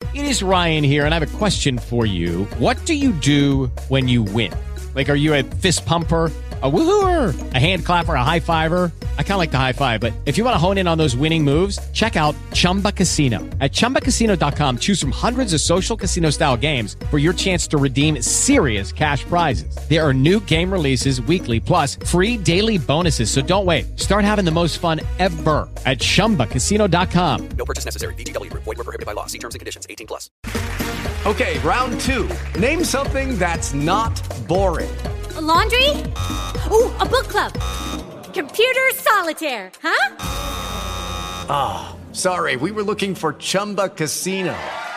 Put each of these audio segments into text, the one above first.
It is Ryan here, and I have a question for you. What do you do when you win? Like, are you a fist pumper, a woohooer, a hand clapper, a high fiver? I kind of like the high five, but if you want to hone in on those winning moves, check out Chumba Casino. At ChumbaCasino.com, choose from hundreds of social casino style games for your chance to redeem serious cash prizes. There are new game releases weekly, plus free daily bonuses. So don't wait. Start having the most fun ever at ChumbaCasino.com. No purchase necessary. VGW Group. Void where prohibited by law. See terms and conditions. 18+. Okay, round two. Name something that's not boring. A laundry? Ooh, a book club. Computer solitaire, huh? Sorry, we were looking for Chumba Casino.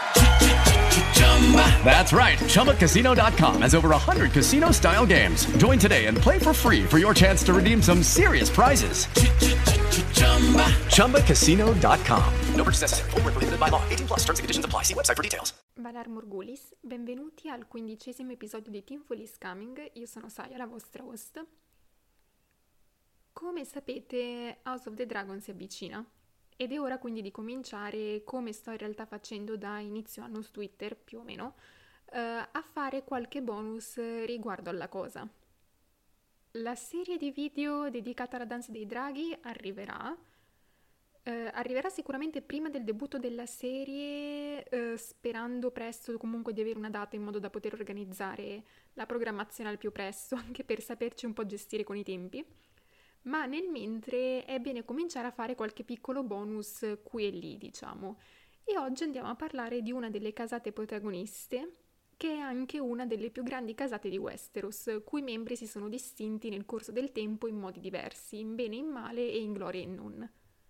That's right. ChumbaCasino.com has over 100 casino-style games. Join today and play for free for your chance to redeem some serious prizes. ChumbaCasino.com. No purchase necessary. Void where prohibited by law. 18+. Terms and conditions apply. See website for details. Valar Morgulis, benvenuti al 15° episodio di Teamful is Coming. Io sono Saya, la vostra host. Come sapete, House of the Dragon si avvicina ed è ora quindi di cominciare, come sto in realtà facendo da inizio anno su Twitter, più o meno, a fare qualche bonus riguardo alla cosa. La serie di video dedicata alla danza dei draghi arriverà sicuramente prima del debutto della serie, sperando presto comunque di avere una data in modo da poter organizzare la programmazione al più presto, anche per saperci un po' gestire con i tempi. Ma nel mentre è bene cominciare a fare qualche piccolo bonus qui e lì, diciamo. E oggi andiamo a parlare di una delle casate protagoniste, che è anche una delle più grandi casate di Westeros, cui membri si sono distinti nel corso del tempo in modi diversi, in bene e in male e in gloria e non.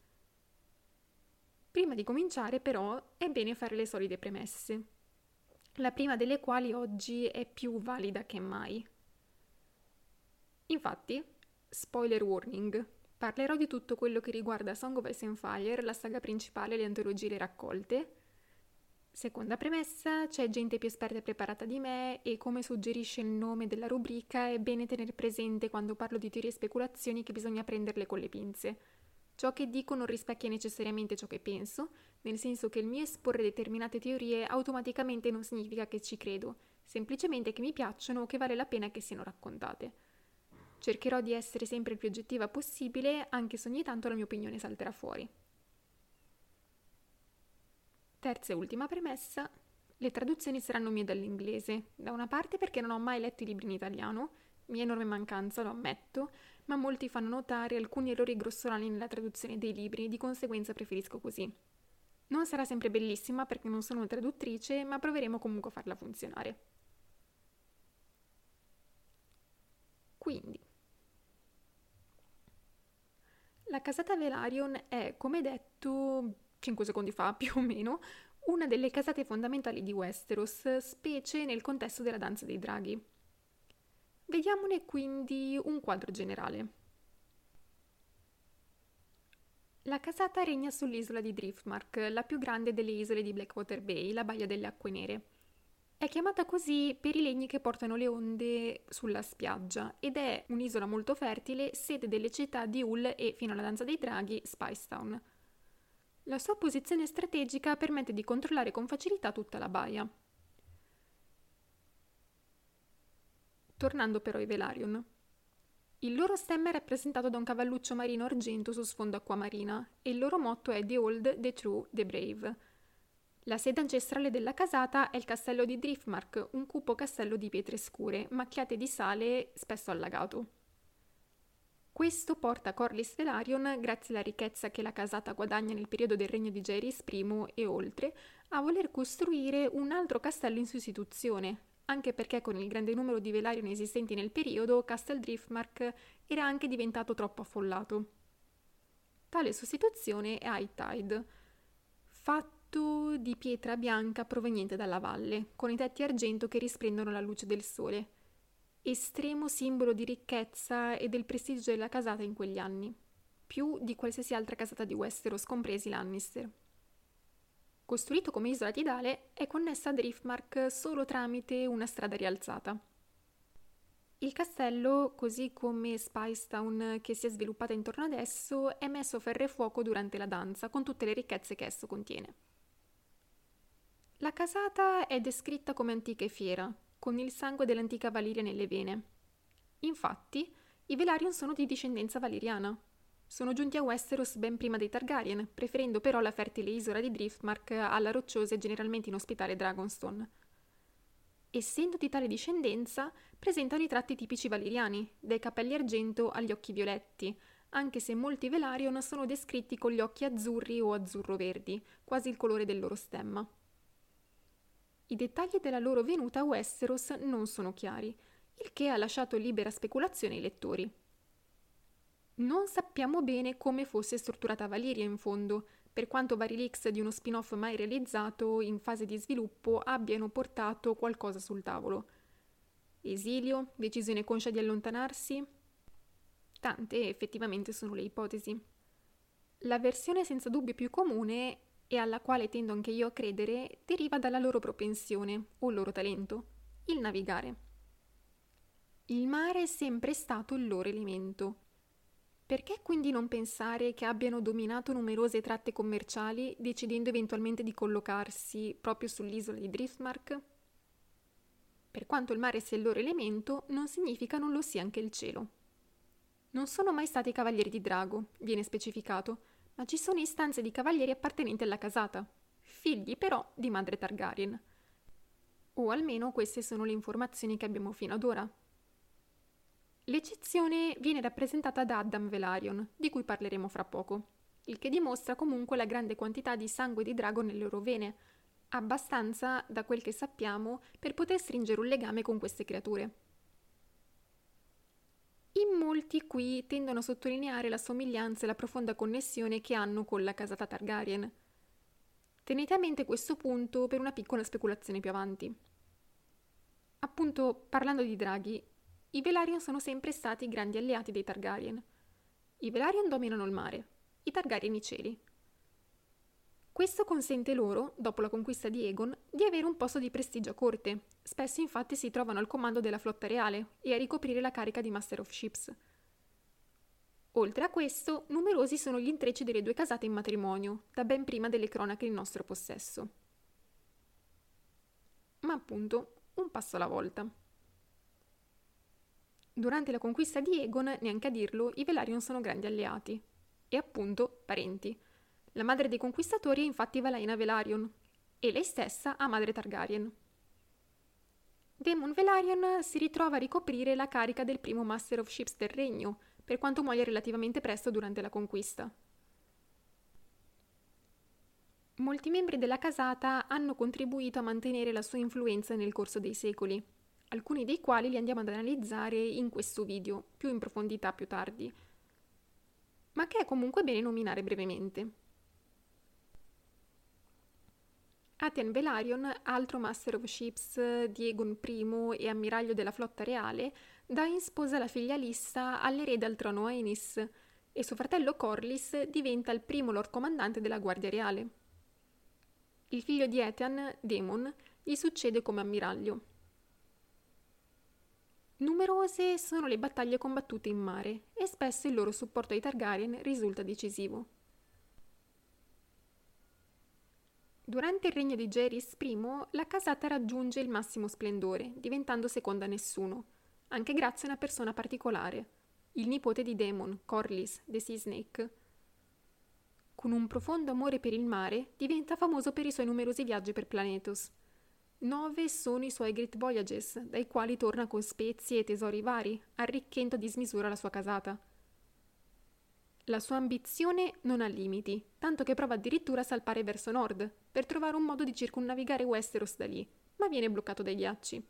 Prima di cominciare, però, è bene fare le solite premesse, la prima delle quali oggi è più valida che mai. Infatti, spoiler warning, parlerò di tutto quello che riguarda Song of Ice and Fire, la saga principale, le antologie e le raccolte. Seconda premessa, c'è gente più esperta e preparata di me e, come suggerisce il nome della rubrica, è bene tenere presente quando parlo di teorie e speculazioni che bisogna prenderle con le pinze. Ciò che dico non rispecchia necessariamente ciò che penso, nel senso che il mio esporre determinate teorie automaticamente non significa che ci credo, semplicemente che mi piacciono o che vale la pena che siano raccontate. Cercherò di essere sempre il più oggettiva possibile, anche se ogni tanto la mia opinione salterà fuori. Terza e ultima premessa, le traduzioni saranno mie dall'inglese, da una parte perché non ho mai letto i libri in italiano, mia enorme mancanza, lo ammetto, ma molti fanno notare alcuni errori grossolani nella traduzione dei libri, di conseguenza preferisco così. Non sarà sempre bellissima perché non sono una traduttrice, ma proveremo comunque a farla funzionare. Quindi, la casata Velaryon è, come detto 5 secondi fa più o meno, una delle casate fondamentali di Westeros, specie nel contesto della danza dei draghi. Vediamone quindi un quadro generale. La casata regna sull'isola di Driftmark, la più grande delle isole di Blackwater Bay, la baia delle acque nere. È chiamata così per i legni che portano le onde sulla spiaggia ed è un'isola molto fertile, sede delle città di Hull e, fino alla danza dei draghi, Spicetown. La sua posizione strategica permette di controllare con facilità tutta la baia. Tornando però ai Velaryon. Il loro stemma è rappresentato da un cavalluccio marino argento su sfondo acquamarina e il loro motto è The Old, The True, The Brave. La sede ancestrale della casata è il castello di Driftmark, un cupo castello di pietre scure, macchiate di sale, spesso allagato. Questo porta Corlys Velaryon, grazie alla ricchezza che la casata guadagna nel periodo del regno di Jaehaerys I e oltre, a voler costruire un altro castello in sostituzione, anche perché con il grande numero di Velaryon esistenti nel periodo, Castle Driftmark era anche diventato troppo affollato. Tale sostituzione è High Tide, fatto di pietra bianca proveniente dalla valle, con i tetti argento che risplendono la luce del sole, estremo simbolo di ricchezza e del prestigio della casata in quegli anni, più di qualsiasi altra casata di Westeros, compresi Lannister. Costruito come isola tidale, è connessa a Driftmark solo tramite una strada rialzata. Il castello, così come Spicetown che si è sviluppata intorno ad esso, è messo a ferro e fuoco durante la danza, con tutte le ricchezze che esso contiene. La casata è descritta come antica e fiera, con il sangue dell'antica Valiria nelle vene. Infatti, i Velaryon sono di discendenza valiriana. Sono giunti a Westeros ben prima dei Targaryen, preferendo però la fertile isola di Driftmark alla rocciosa e generalmente inospitale Dragonstone. Essendo di tale discendenza, presentano i tratti tipici valiriani, dai capelli argento agli occhi violetti, anche se molti Velaryon sono descritti con gli occhi azzurri o azzurro-verdi, quasi il colore del loro stemma. I dettagli della loro venuta a Westeros non sono chiari, il che ha lasciato libera speculazione ai lettori. Non sappiamo bene come fosse strutturata Valyria in fondo, per quanto vari leaks di uno spin-off mai realizzato in fase di sviluppo abbiano portato qualcosa sul tavolo. Esilio? Decisione conscia di allontanarsi? Tante effettivamente sono le ipotesi. La versione senza dubbio più comune, e alla quale tendo anche io a credere, deriva dalla loro propensione, o loro talento, il navigare. Il mare è sempre stato il loro elemento. Perché quindi non pensare che abbiano dominato numerose tratte commerciali, decidendo eventualmente di collocarsi proprio sull'isola di Driftmark? Per quanto il mare sia il loro elemento, non significa non lo sia anche il cielo. Non sono mai stati cavalieri di drago, viene specificato, ma ci sono istanze di cavalieri appartenenti alla casata, figli però di madre Targaryen. O almeno queste sono le informazioni che abbiamo fino ad ora. L'eccezione viene rappresentata da Addam Velaryon, di cui parleremo fra poco, il che dimostra comunque la grande quantità di sangue di drago nelle loro vene, abbastanza, da quel che sappiamo, per poter stringere un legame con queste creature. In molti qui tendono a sottolineare la somiglianza e la profonda connessione che hanno con la casata Targaryen. Tenete a mente questo punto per una piccola speculazione più avanti. Appunto, parlando di draghi, i Velaryon sono sempre stati grandi alleati dei Targaryen. I Velaryon dominano il mare, i Targaryen i cieli. Questo consente loro, dopo la conquista di Aegon, di avere un posto di prestigio a corte. Spesso infatti si trovano al comando della flotta reale e a ricoprire la carica di Master of Ships. Oltre a questo, numerosi sono gli intrecci delle due casate in matrimonio, da ben prima delle cronache in nostro possesso. Ma appunto, un passo alla volta. Durante la conquista di Aegon, neanche a dirlo, i Velaryon sono grandi alleati. E appunto, parenti. La madre dei conquistatori è infatti Valaena Velaryon, e lei stessa ha madre Targaryen. Daemon Velaryon si ritrova a ricoprire la carica del primo Master of Ships del regno, per quanto muoia relativamente presto durante la conquista. Molti membri della casata hanno contribuito a mantenere la sua influenza nel corso dei secoli, alcuni dei quali li andiamo ad analizzare in questo video, più in profondità più tardi, ma che è comunque bene nominare brevemente. Atheon Velaryon, altro Master of Ships di Aegon I e ammiraglio della flotta reale, dà in sposa la figlia Lyssa all'erede al trono Aenys, e suo fratello Corlys diventa il primo Lord Comandante della Guardia Reale. Il figlio di Atheon, Daemon, gli succede come ammiraglio. Numerose sono le battaglie combattute in mare e spesso il loro supporto ai Targaryen risulta decisivo. Durante il regno di Jaehaerys I, la casata raggiunge il massimo splendore, diventando seconda a nessuno, anche grazie a una persona particolare, il nipote di Daemon, Corlys, The Sea Snake. Con un profondo amore per il mare, diventa famoso per i suoi numerosi viaggi per Planetos. 9 sono i suoi Great Voyages, dai quali torna con spezie e tesori vari, arricchendo a dismisura la sua casata. La sua ambizione non ha limiti, tanto che prova addirittura a salpare verso nord, per trovare un modo di circumnavigare Westeros da lì, ma viene bloccato dai ghiacci.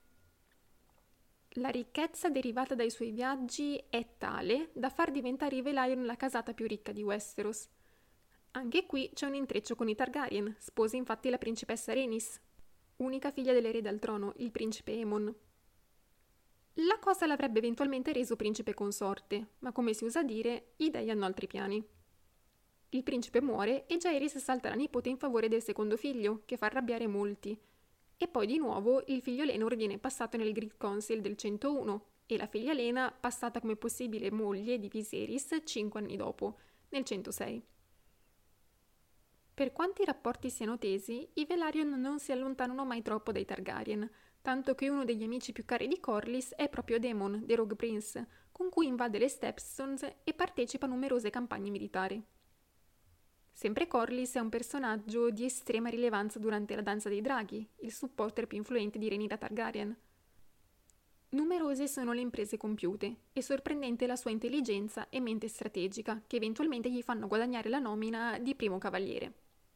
La ricchezza derivata dai suoi viaggi è tale da far diventare i Velaryon la casata più ricca di Westeros. Anche qui c'è un intreccio con i Targaryen, sposa infatti la principessa Rhaenys, unica figlia dell'erede al trono, il principe Aemon. La cosa l'avrebbe eventualmente reso principe consorte, ma come si usa dire, i dei hanno altri piani. Il principe muore e Jaehaerys salta la nipote in favore del secondo figlio, che fa arrabbiare molti. E poi di nuovo il figlio Laenor viene passato nel Great Council del 101 e la figlia Laena passata come possibile moglie di Viserys 5 anni dopo, nel 106. Per quanti i rapporti siano tesi, i Velaryon non si allontanano mai troppo dai Targaryen, tanto che uno degli amici più cari di Corlys è proprio Daemon, The Rogue Prince, con cui invade le Stepstones e partecipa a numerose campagne militari. Sempre Corlys è un personaggio di estrema rilevanza durante la Danza dei Draghi, il supporter più influente di Rhaenyra Targaryen. Numerose sono le imprese compiute e sorprendente la sua intelligenza e mente strategica, che eventualmente gli fanno guadagnare la nomina di primo cavaliere.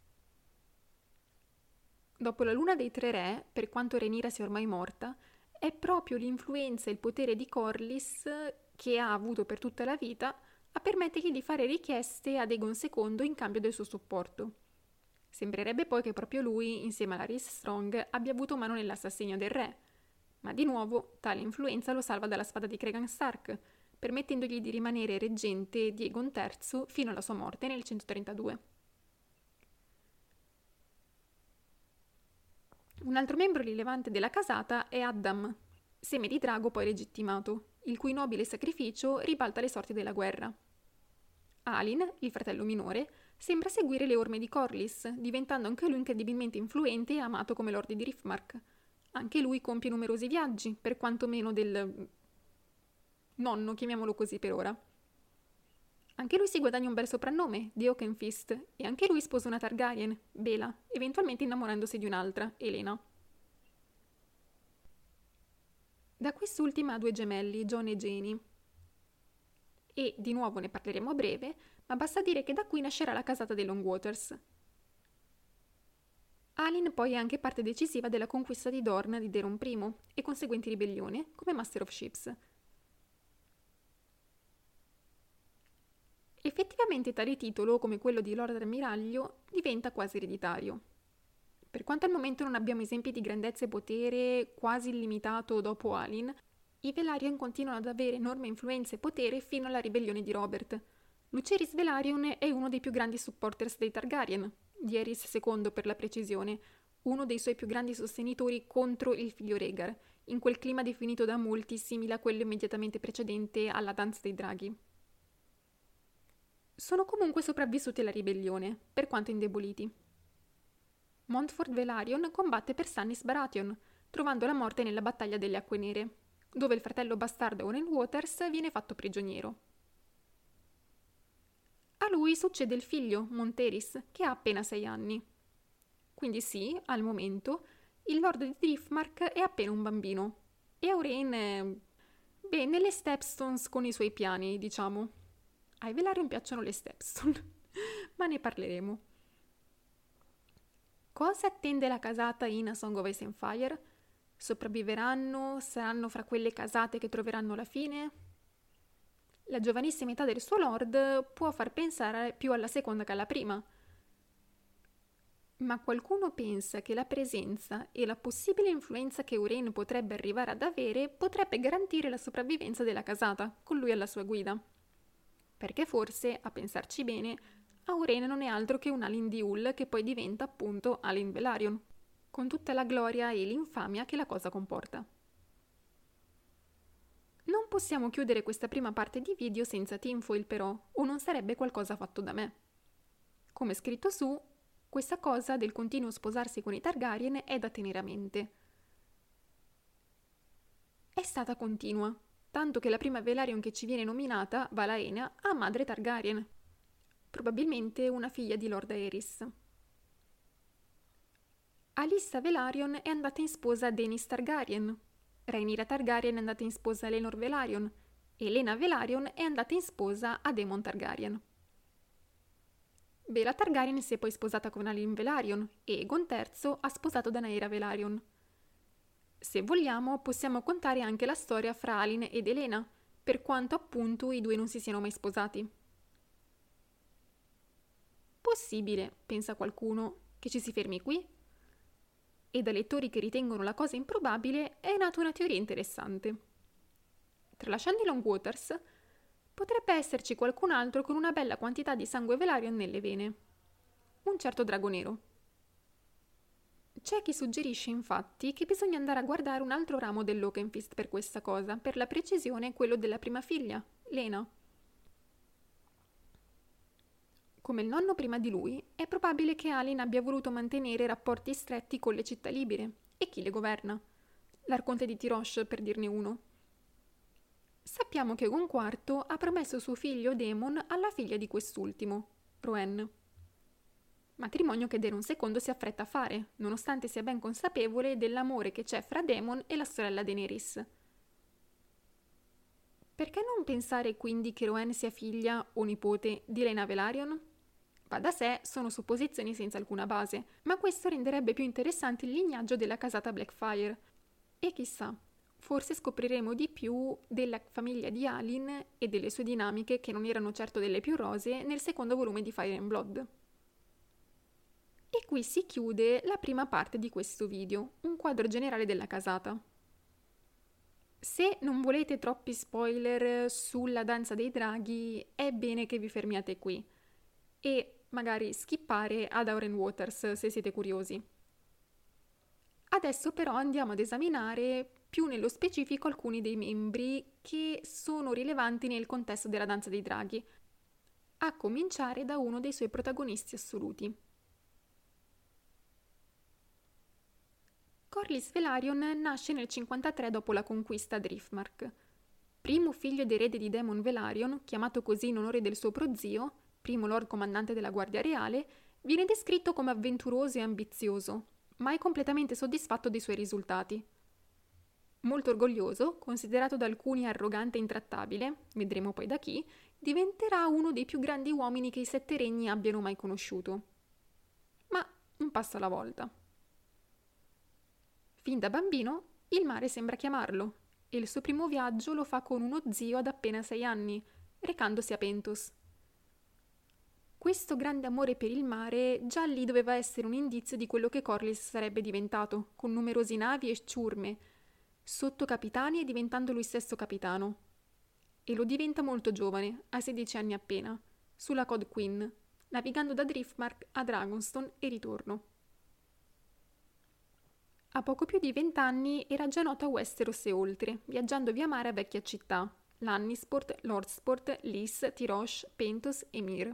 Dopo la Luna dei Tre Re, per quanto Rhaenyra sia ormai morta, è proprio l'influenza e il potere di Corlys, che ha avuto per tutta la vita, a permettergli di fare richieste ad Aegon II in cambio del suo supporto. Sembrerebbe poi che proprio lui, insieme a Larys Strong, abbia avuto mano nell'assassinio del re, ma di nuovo tale influenza lo salva dalla spada di Cregan Stark, permettendogli di rimanere reggente di Aegon III fino alla sua morte nel 132. Un altro membro rilevante della casata è Addam, seme di drago poi legittimato, il cui nobile sacrificio ribalta le sorti della guerra. Alyn, il fratello minore, sembra seguire le orme di Corlys, diventando anche lui incredibilmente influente e amato come Lord di Driftmark. Anche lui compie numerosi viaggi, per quanto meno del nonno, chiamiamolo così per ora. Anche lui si guadagna un bel soprannome, The Oakenfist, e anche lui sposa una Targaryen, Bela, eventualmente innamorandosi di un'altra, Elena. Da quest'ultima ha due gemelli, Jon e Jaime. E, di nuovo ne parleremo a breve, ma basta dire che da qui nascerà la casata dei Longwaters. Alyn poi è anche parte decisiva della conquista di Dorne di Daeron I e conseguenti ribellione, come Master of Ships. Effettivamente tale titolo, come quello di Lord Ammiraglio, diventa quasi ereditario. Per quanto al momento non abbiamo esempi di grandezza e potere quasi illimitato dopo Alyn, i Velaryon continuano ad avere enorme influenza e potere fino alla ribellione di Robert. Lucerys Velaryon è uno dei più grandi supporters dei Targaryen, di Aerys II per la precisione, uno dei suoi più grandi sostenitori contro il figlio Rhaegar, in quel clima definito da molti simile a quello immediatamente precedente alla Danza dei Draghi. Sono comunque sopravvissuti alla ribellione, per quanto indeboliti. Montfort Velaryon combatte per Stannis Baratheon, trovando la morte nella battaglia delle Acque Nere, dove il fratello bastardo Oren Waters viene fatto prigioniero. A lui succede il figlio, Monteris, che ha appena 6 anni. Quindi sì, al momento, il Lord di Driftmark è appena un bambino, e Oren è nelle Stepstones con i suoi piani, diciamo. Ai Velaryon piacciono le Stepstone, ma ne parleremo. Cosa attende la casata in A Song of Ice and Fire? Sopravviveranno? Saranno fra quelle casate che troveranno la fine? La giovanissima età del suo lord può far pensare più alla seconda che alla prima. Ma qualcuno pensa che la presenza e la possibile influenza che Oren potrebbe arrivare ad avere potrebbe garantire la sopravvivenza della casata, con lui alla sua guida. Perché forse, a pensarci bene, Oren non è altro che un Alyn di Hull che poi diventa appunto Alyn Velaryon, con tutta la gloria e l'infamia che la cosa comporta. Non possiamo chiudere questa prima parte di video senza tinfoil però, o non sarebbe qualcosa fatto da me. Come scritto su, questa cosa del continuo sposarsi con i Targaryen è da tenere a mente. È stata continua, tanto che la prima Velaryon che ci viene nominata, Valaena, ha madre Targaryen, probabilmente una figlia di Lord Aerys. Alyssa Velaryon è andata in sposa a Daenerys Targaryen, Rhaenyra Targaryen è andata in sposa a Laenor Velaryon e Lena Velaryon è andata in sposa a Daemon Targaryen. Bella Targaryen si è poi sposata con Alyn Velaryon e Aegon III ha sposato Daenerys Velaryon. Se vogliamo, possiamo contare anche la storia fra Alyn ed Elena, per quanto appunto i due non si siano mai sposati. Possibile, pensa qualcuno, che ci si fermi qui? E da lettori che ritengono la cosa improbabile è nata una teoria interessante. Tralasciando i Longwaters, potrebbe esserci qualcun altro con una bella quantità di sangue Velaryon nelle vene. Un certo drago nero. C'è chi suggerisce infatti che bisogna andare a guardare un altro ramo dell'Oakenfist per questa cosa, per la precisione quello della prima figlia, Lena. Come il nonno prima di lui, è probabile che Alyn abbia voluto mantenere rapporti stretti con le città libere e chi le governa. L'Arconte di Tirosh, per dirne uno. Sappiamo che Egon IV ha promesso suo figlio Daemon alla figlia di quest'ultimo, Rohanne. Matrimonio che Daemon II si affretta a fare, nonostante sia ben consapevole dell'amore che c'è fra Daemon e la sorella Daenerys. Perché non pensare quindi che Rohanne sia figlia o nipote di Laena Velaryon? Va da sé, sono supposizioni senza alcuna base, ma questo renderebbe più interessante il lignaggio della casata Blackfyre. E chissà, forse scopriremo di più della famiglia di Alyn e delle sue dinamiche, che non erano certo delle più rosee, nel secondo volume di Fire and Blood. E qui si chiude la prima parte di questo video, un quadro generale della casata. Se non volete troppi spoiler sulla danza dei draghi, è bene che vi fermiate qui e magari skippare ad Auren Waters se siete curiosi. Adesso però andiamo ad esaminare più nello specifico alcuni dei membri che sono rilevanti nel contesto della danza dei draghi, a cominciare da uno dei suoi protagonisti assoluti. Corlys Velaryon nasce nel 53 dopo la conquista a Driftmark. Primo figlio ed erede di Daemon Velaryon, chiamato così in onore del suo prozio, primo lord comandante della Guardia Reale, viene descritto come avventuroso e ambizioso, mai completamente soddisfatto dei suoi risultati. Molto orgoglioso, considerato da alcuni arrogante e intrattabile, vedremo poi da chi, diventerà uno dei più grandi uomini che i Sette Regni abbiano mai conosciuto. Ma un passo alla volta. Fin da bambino, il mare sembra chiamarlo, e il suo primo viaggio lo fa con uno zio ad appena 6 anni, recandosi a Pentos. Questo grande amore per il mare già lì doveva essere un indizio di quello che Corlys sarebbe diventato, con numerosi navi e ciurme, sottocapitani e diventando lui stesso capitano. E lo diventa molto giovane, a 16 anni appena, sulla Cod Queen, navigando da Driftmark a Dragonstone e ritorno. A poco più di 20 anni era già nota a Westeros e oltre, viaggiando via mare a vecchie città, Lannisport, Lordsport, Lys, Tirosh, Pentos e Myr.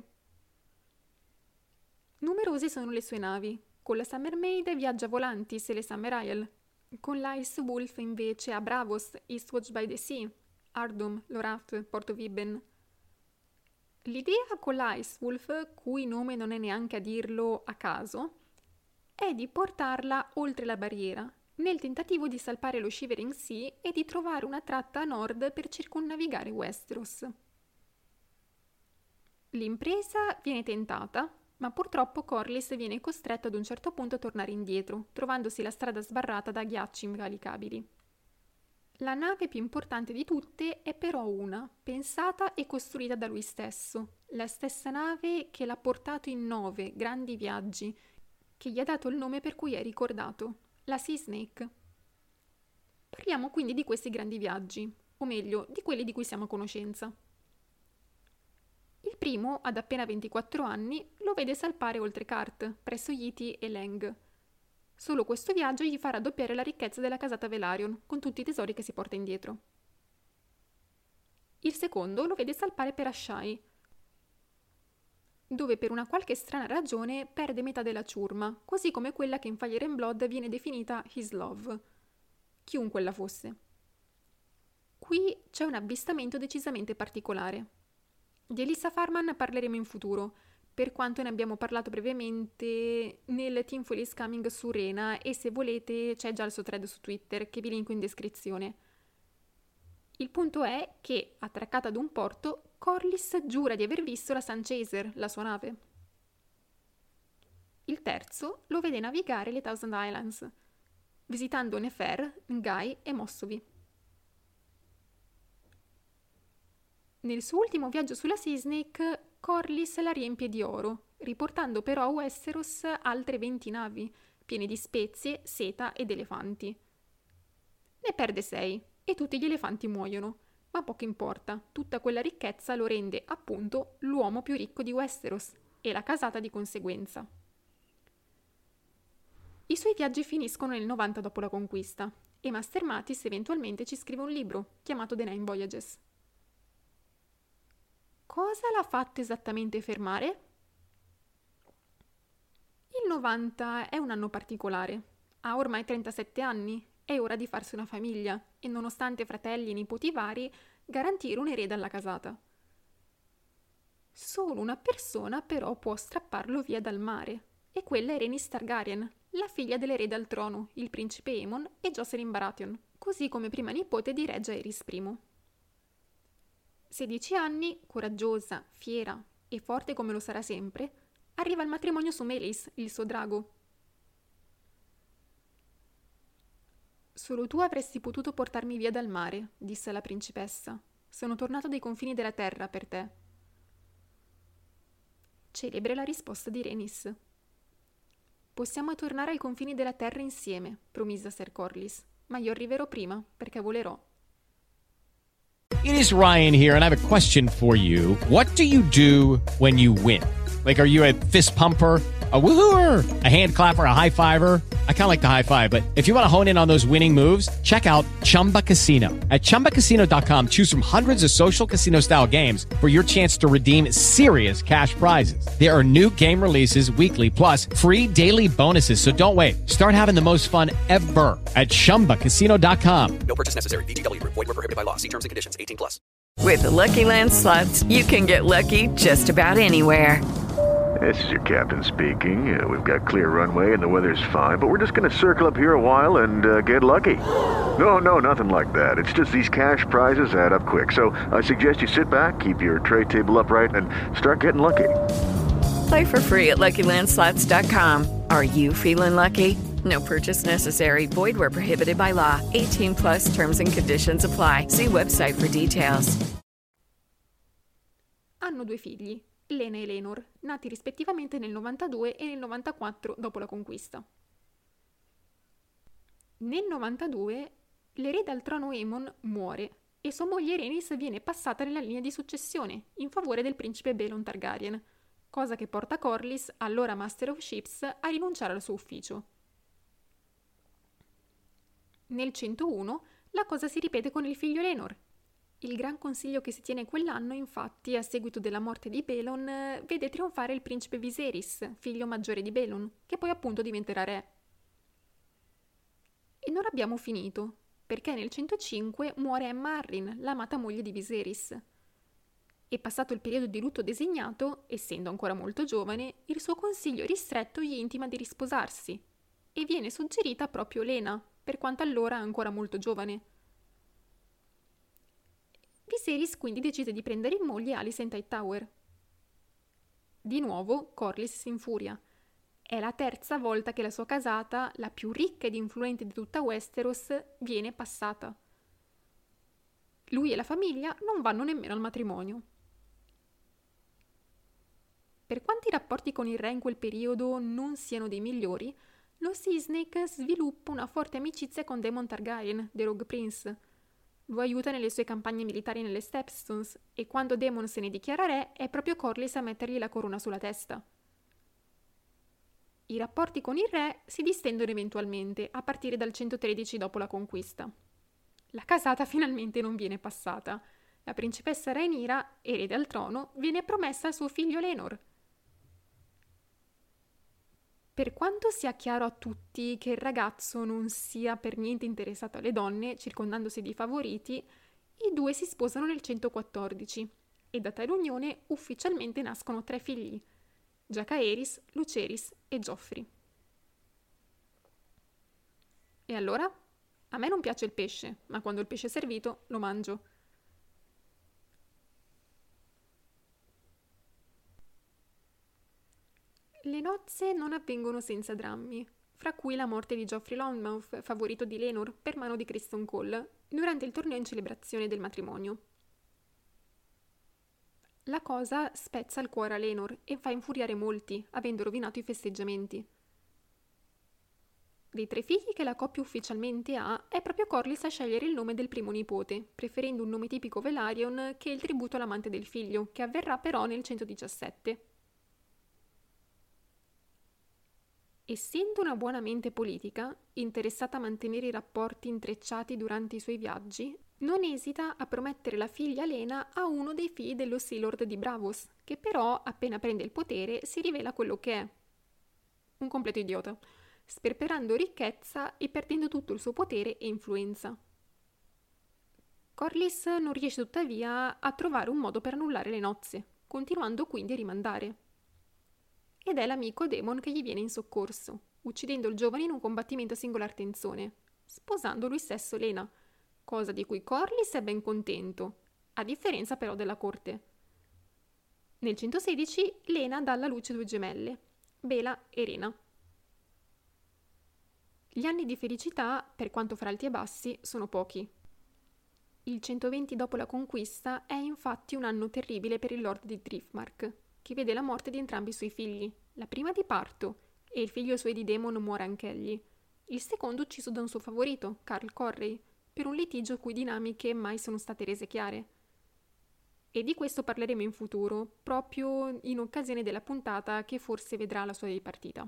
Numerose sono le sue navi. Con la Summer Maid viaggia a Volantis e le Summer Isle. Con l'Ice Wolf invece a Bravos, Eastwatch by the Sea, Ardum, Lorath, Porto Vibben. L'idea con l'Ice Wolf, cui nome non è neanche a dirlo a caso, è di portarla oltre la barriera, nel tentativo di salpare lo Shivering Sea e di trovare una tratta a nord per circumnavigare Westeros. L'impresa viene tentata, ma purtroppo Corlys viene costretto ad un certo punto a tornare indietro, trovandosi la strada sbarrata da ghiacci invalicabili. La nave più importante di tutte è però una, pensata e costruita da lui stesso, la stessa nave che l'ha portato in 9 grandi viaggi, che gli ha dato il nome per cui è ricordato, la Sea Snake. Parliamo quindi di questi grandi viaggi, o meglio, di quelli di cui siamo a conoscenza. Il primo, ad appena 24 anni, lo vede salpare oltre Cart, presso Yiti e Leng. Solo questo viaggio gli fa raddoppiare la ricchezza della casata Velaryon, con tutti i tesori che si porta indietro. Il secondo lo vede salpare per Asshai, dove per una qualche strana ragione perde metà della ciurma, così come quella che in Fire and Blood viene definita His Love, chiunque la fosse. Qui c'è un avvistamento decisamente particolare. Di Elissa Farman parleremo in futuro, per quanto ne abbiamo parlato brevemente nel Teamful is Coming su Rena e se volete c'è già il suo thread su Twitter che vi linko in descrizione. Il punto è che, attraccata ad un porto, Corlys giura di aver visto la Sun Chaser, la sua nave. Il terzo lo vede navigare le Thousand Islands, visitando Nefer, Ngai e Mossovi. Nel suo ultimo viaggio sulla Sea Snake, Corlys la riempie di oro, riportando però a Westeros altre 20 navi, piene di spezie, seta ed elefanti. Ne perde 6 e tutti gli elefanti muoiono, ma poco importa, tutta quella ricchezza lo rende, appunto, l'uomo più ricco di Westeros e la casata di conseguenza. I suoi viaggi finiscono nel 90 dopo la conquista e Master Matis eventualmente ci scrive un libro chiamato The Nine Voyages. Cosa l'ha fatto esattamente fermare? Il 90 è un anno particolare. Ha ormai 37 anni, è ora di farsi una famiglia e, nonostante fratelli e nipoti vari, garantire un erede alla casata. Solo una persona però può strapparlo via dal mare, e quella è Rhaenys Targaryen, la figlia dell'erede al trono, il principe Aemon e Jocelyn Baratheon, così come prima nipote di Re Jaehaerys I. 16 anni, coraggiosa, fiera e forte come lo sarà sempre, arriva il matrimonio su Meleys, il suo drago. «Solo tu avresti potuto portarmi via dal mare», disse la principessa. «Sono tornato dai confini della terra per te». Celebre la risposta di Rhaenys. «Possiamo tornare ai confini della terra insieme», promise Ser Corlys, «ma io arriverò prima, perché volerò». It is Ryan here, and I have a question for you. What do you do when you win? Like, are you a fist pumper, a woohooer, a hand clapper, a high fiver? I kind of like the high five, but if you want to hone in on those winning moves, check out Chumba Casino. At ChumbaCasino.com, choose from hundreds of social casino-style games for your chance to redeem serious cash prizes. There are new game releases weekly, plus free daily bonuses. So don't wait. Start having the most fun ever at ChumbaCasino.com. No purchase necessary. VGW Group. Void where prohibited by law. See terms and conditions. 18+. With the Lucky Land Slots, you can get lucky just about anywhere. This is your captain speaking. We've got clear runway and the weather's fine, but we're just going to circle up here a while and get lucky. No, nothing like that. It's just these cash prizes add up quick. So I suggest you sit back, keep your tray table upright, and start getting lucky. Play for free at LuckyLandSlots.com. Are you feeling lucky? No purchase necessary. Void where prohibited by law. 18+ terms and conditions apply. See website for details. Hanno 2 figli, Lena e Laenor, nati rispettivamente nel 92 e nel 94 dopo la conquista. Nel 92 l'erede al trono Aemon muore e sua moglie Rhaenys viene passata nella linea di successione in favore del principe Baelon Targaryen, cosa che porta Corlys, allora Master of Ships, a rinunciare al suo ufficio. Nel 101 la cosa si ripete con il figlio Laenor. Il Gran Consiglio che si tiene quell'anno, infatti, a seguito della morte di Baelon, vede trionfare il principe Viserys, figlio maggiore di Baelon, che poi appunto diventerà re. E non abbiamo finito, perché nel 105 muore Aemma Arryn, l'amata moglie di Viserys. E passato il periodo di lutto designato, essendo ancora molto giovane, il suo consiglio ristretto gli intima di risposarsi, e viene suggerita proprio Lena, per quanto allora ancora molto giovane. Viserys quindi decide di prendere in moglie Alicent Hightower. Di nuovo Corlys si infuria. È la terza volta che la sua casata, la più ricca ed influente di tutta Westeros, viene passata. Lui e la famiglia non vanno nemmeno al matrimonio. Per quanto i rapporti con il re in quel periodo non siano dei migliori, lo Sea Snake sviluppa una forte amicizia con Daemon Targaryen, The Rogue Prince. Lo aiuta nelle sue campagne militari nelle Stepstones e quando Daemon se ne dichiara re è proprio Corlys a mettergli la corona sulla testa. I rapporti con il re si distendono eventualmente a partire dal 113 dopo la conquista. La casata finalmente non viene passata. La principessa Rhaenyra, erede al trono, viene promessa al suo figlio Laenor. Per quanto sia chiaro a tutti che il ragazzo non sia per niente interessato alle donne, circondandosi di favoriti, i due si sposano nel 114 e da tale unione ufficialmente nascono 3 figli: Jacaerys, Lucerys e Joffrey. E allora? A me non piace il pesce, ma quando il pesce è servito lo mangio. Le nozze non avvengono senza drammi, fra cui la morte di Joffrey Lonmouth, favorito di Laenor, per mano di Criston Cole, durante il torneo in celebrazione del matrimonio. La cosa spezza il cuore a Laenor e fa infuriare molti, avendo rovinato i festeggiamenti. Dei 3 figli che la coppia ufficialmente ha, è proprio Corlys a scegliere il nome del primo nipote, preferendo un nome tipico Velaryon che il tributo all'amante del figlio, che avverrà però nel 117. Essendo una buona mente politica, interessata a mantenere i rapporti intrecciati durante i suoi viaggi, non esita a promettere la figlia Lena a uno dei figli dello Sea Lord di Braavos, che però, appena prende il potere, si rivela quello che è. un completo idiota, sperperando ricchezza e perdendo tutto il suo potere e influenza. Corlys non riesce tuttavia a trovare un modo per annullare le nozze, continuando quindi a rimandare. Ed è l'amico Daemon che gli viene in soccorso, uccidendo il giovane in un combattimento a singolar tensione, sposando lui stesso Lena, cosa di cui Corlys è ben contento, a differenza però della corte. Nel 116 Lena dà alla luce 2 gemelle, Bela e Rena. Gli anni di felicità, per quanto fra alti e bassi, sono pochi. Il 120 dopo la conquista è infatti un anno terribile per il Lord di Driftmark, che vede la morte di entrambi i suoi figli, la prima di parto, e il figlio suo di Daemon muore anch'egli, il secondo ucciso da un suo favorito, Carl Correy, per un litigio cui dinamiche mai sono state rese chiare. E di questo parleremo in futuro, proprio in occasione della puntata che forse vedrà la sua dipartita.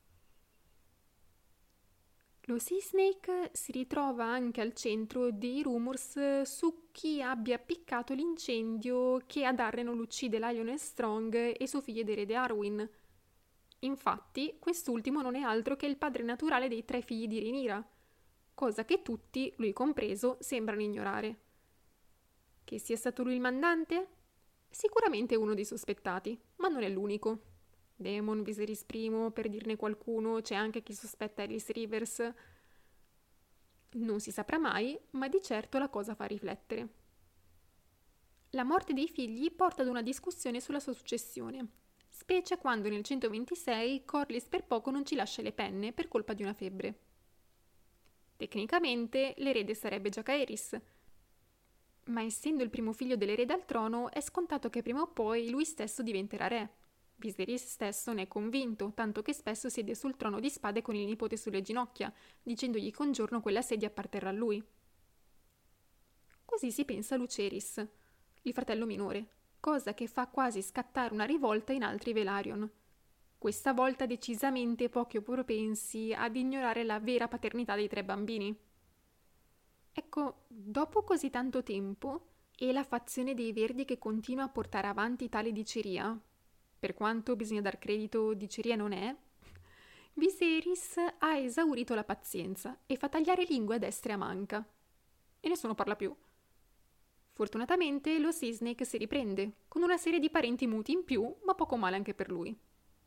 Lo Sea Snake si ritrova anche al centro dei rumors su chi abbia appiccato l'incendio che ad Arryn lo uccide Lionel Strong e suo figlio ed erede Arwen. Infatti, quest'ultimo non è altro che il padre naturale dei 3 figli di Rhaenyra, cosa che tutti, lui compreso, sembrano ignorare. Che sia stato lui il mandante? Sicuramente è uno dei sospettati, ma non è l'unico. Daemon, Viserys I, per dirne qualcuno, c'è anche chi sospetta Rhaenys Rivers. Non si saprà mai, ma di certo la cosa fa riflettere. La morte dei figli porta ad una discussione sulla sua successione, specie quando nel 126 Corlys per poco non ci lascia le penne per colpa di una febbre. Tecnicamente l'erede sarebbe Jacaerys, ma essendo il primo figlio dell'erede al trono è scontato che prima o poi lui stesso diventerà re. Viserys stesso ne è convinto, tanto che spesso siede sul trono di spade con il nipote sulle ginocchia, dicendogli che un giorno quella sedia apparterrà a lui. Così si pensa a Lucerys, il fratello minore, cosa che fa quasi scattare una rivolta in altri Velaryon. Questa volta decisamente pochi propensi ad ignorare la vera paternità dei 3 bambini. Ecco, dopo così tanto tempo, e la fazione dei Verdi che continua a portare avanti tale diceria, per quanto bisogna dar credito diceria non è, Viserys ha esaurito la pazienza e fa tagliare lingue a destra e a manca. E nessuno parla più. Fortunatamente lo Sea Snake si riprende, con una serie di parenti muti in più, ma poco male anche per lui.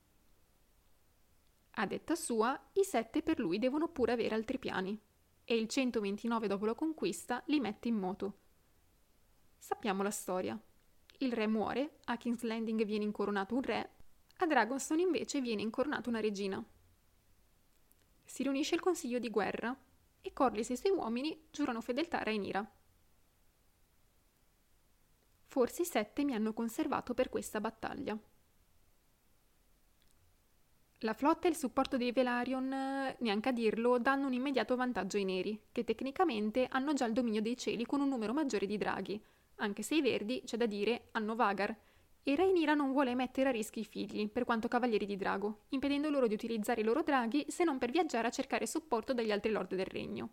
A detta sua, i 7 per lui devono pure avere altri piani, e il 129 dopo la conquista li mette in moto. Sappiamo la storia. Il re muore, a King's Landing viene incoronato un re, a Dragonstone invece viene incoronata una regina. Si riunisce il consiglio di guerra e Corlys e i suoi uomini giurano fedeltà a Rhaenyra. Forse i 7 mi hanno conservato per questa battaglia. La flotta e il supporto dei Velaryon, neanche a dirlo, danno un immediato vantaggio ai neri, che tecnicamente hanno già il dominio dei cieli con un numero maggiore di draghi, anche se i verdi, c'è da dire, hanno Vagar, e Rhaenyra non vuole mettere a rischio i figli, per quanto cavalieri di drago, impedendo loro di utilizzare i loro draghi se non per viaggiare a cercare supporto dagli altri lord del regno.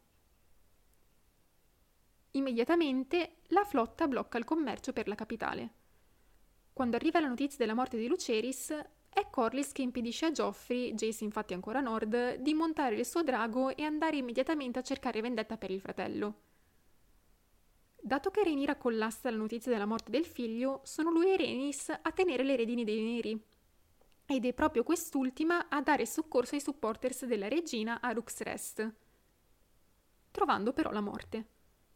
Immediatamente la flotta blocca il commercio per la capitale. Quando arriva la notizia della morte di Lucerys, è Corlys che impedisce a Joffrey, Jace infatti ancora a nord, di montare il suo drago e andare immediatamente a cercare vendetta per il fratello. Dato che Rhaenyra collassa la notizia della morte del figlio, sono lui e Rhaenys a tenere le redini dei neri. Ed è proprio quest'ultima a dare soccorso ai supporters della regina a Rook's Rest, trovando però la morte.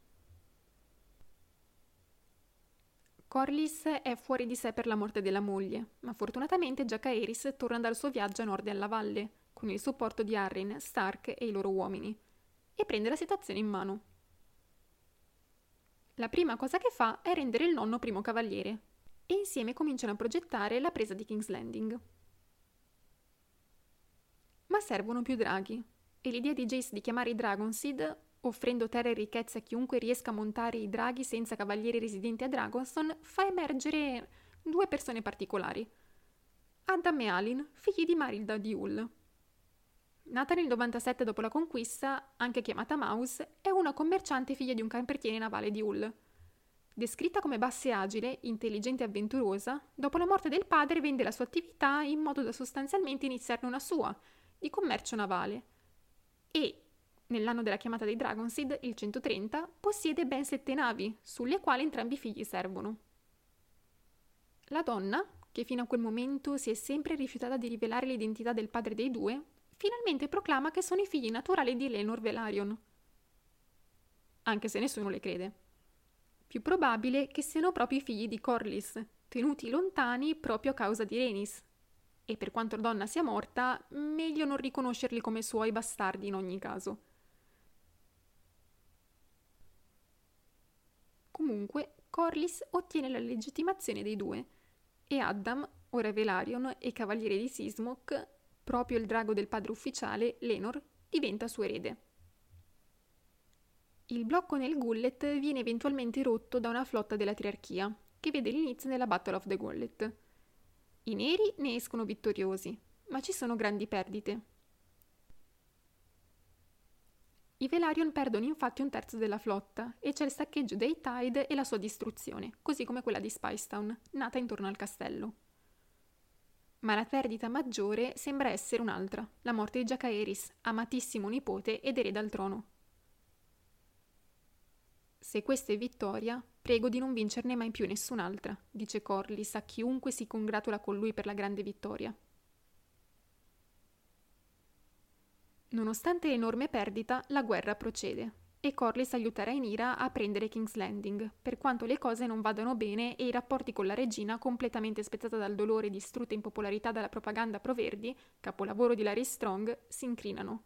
Corlys è fuori di sé per la morte della moglie, ma fortunatamente Jacaerys torna dal suo viaggio a nord e alla valle, con il supporto di Arryn, Stark e i loro uomini, e prende la situazione in mano. La prima cosa che fa è rendere il nonno primo cavaliere, e insieme cominciano a progettare la presa di King's Landing. Ma servono più draghi, e l'idea di Jace di chiamare i Dragonseed, offrendo terra e ricchezza a chiunque riesca a montare i draghi senza cavalieri residenti a Dragonstone, fa emergere 2 persone particolari. Adam e Alyn, figli di Marilda di Hull. Nata nel 97 dopo la conquista, anche chiamata Mouse, è una commerciante figlia di un campertiere navale di Hull. Descritta come bassa e agile, intelligente e avventurosa, dopo la morte del padre vende la sua attività in modo da sostanzialmente iniziarne una sua, di commercio navale e, nell'anno della chiamata dei Dragonseed, il 130, possiede ben 7 navi, sulle quali entrambi i figli servono. La donna, che fino a quel momento si è sempre rifiutata di rivelare l'identità del padre dei due, finalmente proclama che sono i figli naturali di Laenor Velaryon, anche se nessuno le crede. Più probabile che siano proprio i figli di Corlys, tenuti lontani proprio a causa di Rhaenys, e per quanto la donna sia morta, meglio non riconoscerli come suoi bastardi in ogni caso. Comunque, Corlys ottiene la legittimazione dei due, e Addam, ora Velaryon e cavaliere di Searsmoke, proprio il drago del padre ufficiale, Laenor, diventa suo erede. Il blocco nel Gullet viene eventualmente rotto da una flotta della Triarchia, che vede l'inizio della Battle of the Gullet. I neri ne escono vittoriosi, ma ci sono grandi perdite. I Velaryon perdono infatti un terzo della flotta e c'è il saccheggio dei Tide e la sua distruzione, così come quella di Spicetown, nata intorno al castello. Ma la perdita maggiore sembra essere un'altra, la morte di Jacaerys, amatissimo nipote ed erede al trono. Se questa è vittoria, prego di non vincerne mai più nessun'altra, dice Corlys a chiunque si congratula con lui per la grande vittoria. Nonostante l'enorme perdita, la guerra procede e Corlys aiuta Rhaenyra a prendere King's Landing, per quanto le cose non vadano bene e i rapporti con la regina, completamente spezzata dal dolore e distrutta in popolarità dalla propaganda pro-verdi, capolavoro di Larry Strong, si incrinano.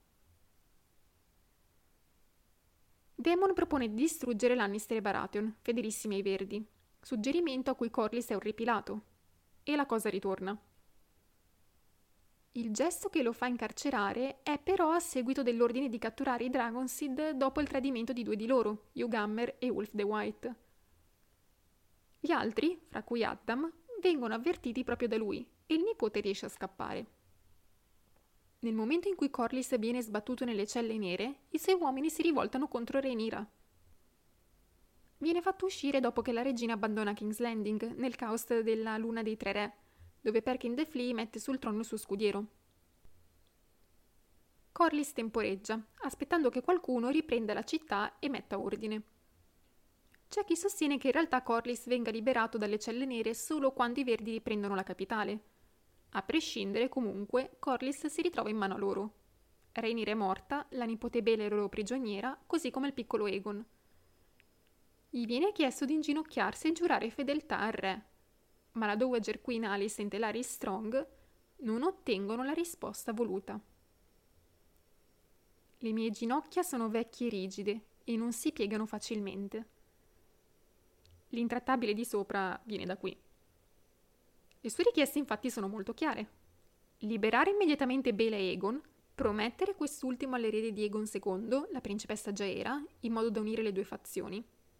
Daemon propone di distruggere Lannister e Baratheon, fedelissimi ai Verdi, suggerimento a cui Corlys è orripilato, e la cosa ritorna. Il gesto che lo fa incarcerare è però a seguito dell'ordine di catturare i Dragonseed dopo il tradimento di due di loro, Hughammer e Wolf the White. Gli altri, fra cui Addam, vengono avvertiti proprio da lui e il nipote riesce a scappare. Nel momento in cui Corlys viene sbattuto nelle celle nere, i suoi uomini si rivoltano contro Rhaenyra. Viene fatto uscire dopo che la regina abbandona King's Landing, nel caos della Luna dei Tre Re, dove Perkin the Flea mette sul trono il suo scudiero. Corlys temporeggia, aspettando che qualcuno riprenda la città e metta ordine. C'è chi sostiene che in realtà Corlys venga liberato dalle celle nere solo quando i Verdi riprendono la capitale. A prescindere, comunque, Corlys si ritrova in mano a loro. Rhaenyra è morta, la nipote Bella è loro prigioniera, così come il piccolo Aegon. Gli viene chiesto di inginocchiarsi e giurare fedeltà al re, ma la Dowager Queen Alicent e Larry Strong non ottengono la risposta voluta. Le mie ginocchia sono vecchie e rigide e non si piegano facilmente. L'intrattabile di sopra viene da qui. Le sue richieste infatti sono molto chiare. Liberare immediatamente Bella e Aegon, promettere quest'ultimo all'erede di Aegon II, la principessa Jaehaera, in modo da unire le due fazioni.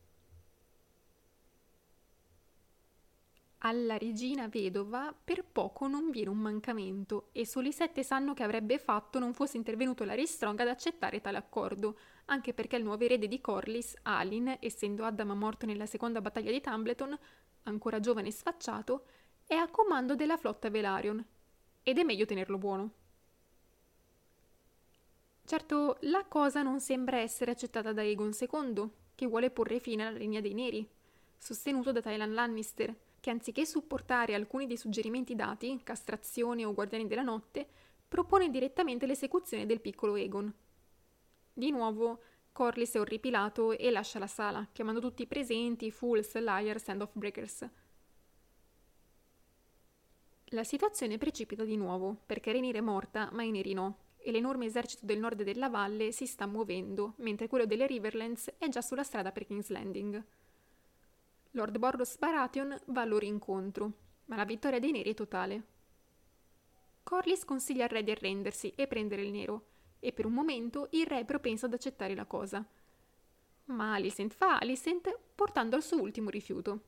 Alla regina vedova per poco non viene un mancamento e solo i 7 sanno che avrebbe fatto non fosse intervenuto Larry Strong ad accettare tale accordo, anche perché il nuovo erede di Corlys, Alyn, essendo Addam morto nella seconda battaglia di Tumbleton, ancora giovane e sfacciato, è a comando della flotta Velaryon, ed è meglio tenerlo buono. Certo, la cosa non sembra essere accettata da Aegon II, che vuole porre fine alla linea dei neri, sostenuto da Tywin Lannister, che anziché supportare alcuni dei suggerimenti dati, castrazione o guardiani della notte, propone direttamente l'esecuzione del piccolo Aegon. Di nuovo, Corlys è orripilato e lascia la sala, chiamando tutti i presenti fools, liars and oath-breakers. La situazione precipita di nuovo, perché Rhaenyra è morta, ma i neri no, e l'enorme esercito del nord della valle si sta muovendo, mentre quello delle Riverlands è già sulla strada per King's Landing. Lord Borros Baratheon va al loro incontro, ma la vittoria dei neri è totale. Corlys consiglia al re di arrendersi e prendere il nero, e per un momento il re è propenso ad accettare la cosa. Ma Alicent fa Alicent, portando al suo ultimo rifiuto.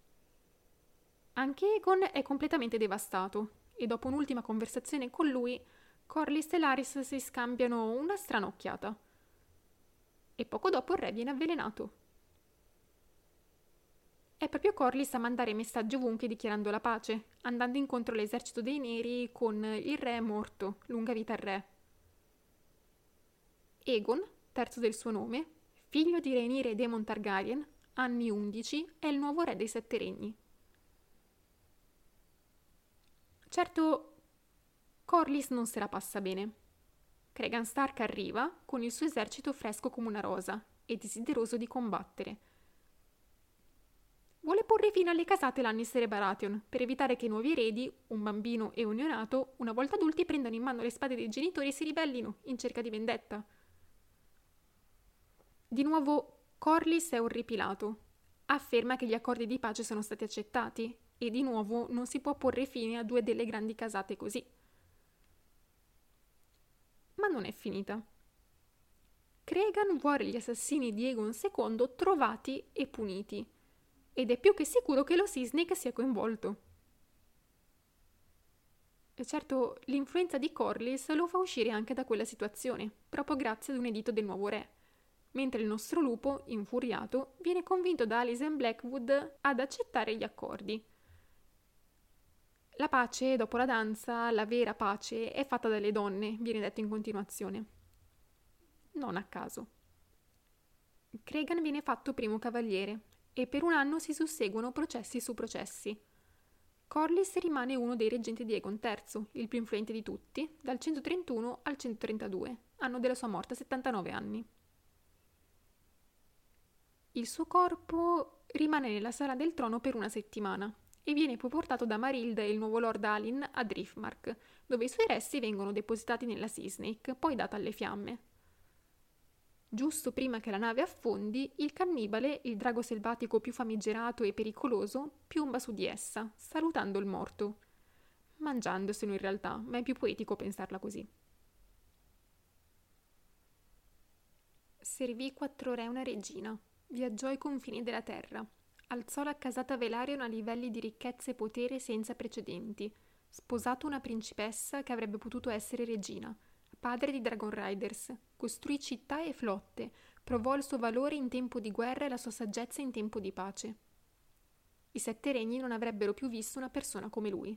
Anche Aegon è completamente devastato, e dopo un'ultima conversazione con lui, Corlys e Larys si scambiano una strana occhiata. E poco dopo il re viene avvelenato. è proprio Corlys a mandare messaggi ovunque dichiarando la pace, andando incontro all'esercito dei neri con il re morto, lunga vita al re. Aegon, terzo del suo nome, figlio di Rhaenyra e Daemon Targaryen, anni 11, è il nuovo re dei Sette Regni. Certo, Corlys non se la passa bene. Cregan Stark arriva con il suo esercito fresco come una rosa e desideroso di combattere. Vuole porre fine alle casate Lannister e Baratheon per evitare che i nuovi eredi, un bambino e un neonato, una volta adulti prendano in mano le spade dei genitori e si ribellino in cerca di vendetta. Di nuovo Corlys è orripilato. Afferma che gli accordi di pace sono stati accettati e di nuovo non si può porre fine a due delle grandi casate così. Ma non è finita. Cregan vuole gli assassini di Aegon II trovati e puniti, ed è più che sicuro che lo Sea Snake sia coinvolto. E certo, l'influenza di Corlys lo fa uscire anche da quella situazione, proprio grazie ad un editto del nuovo re, mentre il nostro lupo, infuriato, viene convinto da Alicent Blackwood ad accettare gli accordi. La pace, dopo la danza, la vera pace, è fatta dalle donne, viene detto in continuazione. Non a caso. Cregan viene fatto primo cavaliere e per un anno si susseguono processi su processi. Corlys rimane uno dei reggenti di Aegon III, il più influente di tutti, dal 131 al 132, anno della sua morte a 79 anni. Il suo corpo rimane nella sala del trono per una settimana e viene poi portato da Marilda e il nuovo Lord Alyn a Driftmark, dove i suoi resti vengono depositati nella Sea Snake, poi data alle fiamme. Giusto prima che la nave affondi, il cannibale, il drago selvatico più famigerato e pericoloso, piomba su di essa, salutando il morto. Mangiandoselo in realtà, ma è più poetico pensarla così. Servì 4 re una regina, viaggiò ai confini della terra, alzò la casata Velaryon a livelli di ricchezza e potere senza precedenti, sposato una principessa che avrebbe potuto essere regina, padre di Dragon Riders, costruì città e flotte, provò il suo valore in tempo di guerra e la sua saggezza in tempo di pace. I Sette Regni non avrebbero più visto una persona come lui.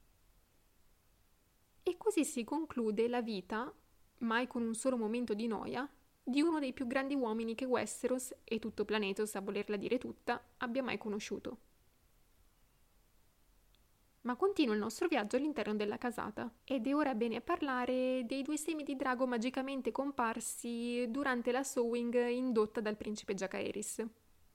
E così si conclude la vita, mai con un solo momento di noia, di uno dei più grandi uomini che Westeros, e tutto Planetos a volerla dire tutta, abbia mai conosciuto. Ma continua il nostro viaggio all'interno della casata, ed è ora bene parlare dei 2 semi di drago magicamente comparsi durante la sowing indotta dal principe Jacaerys.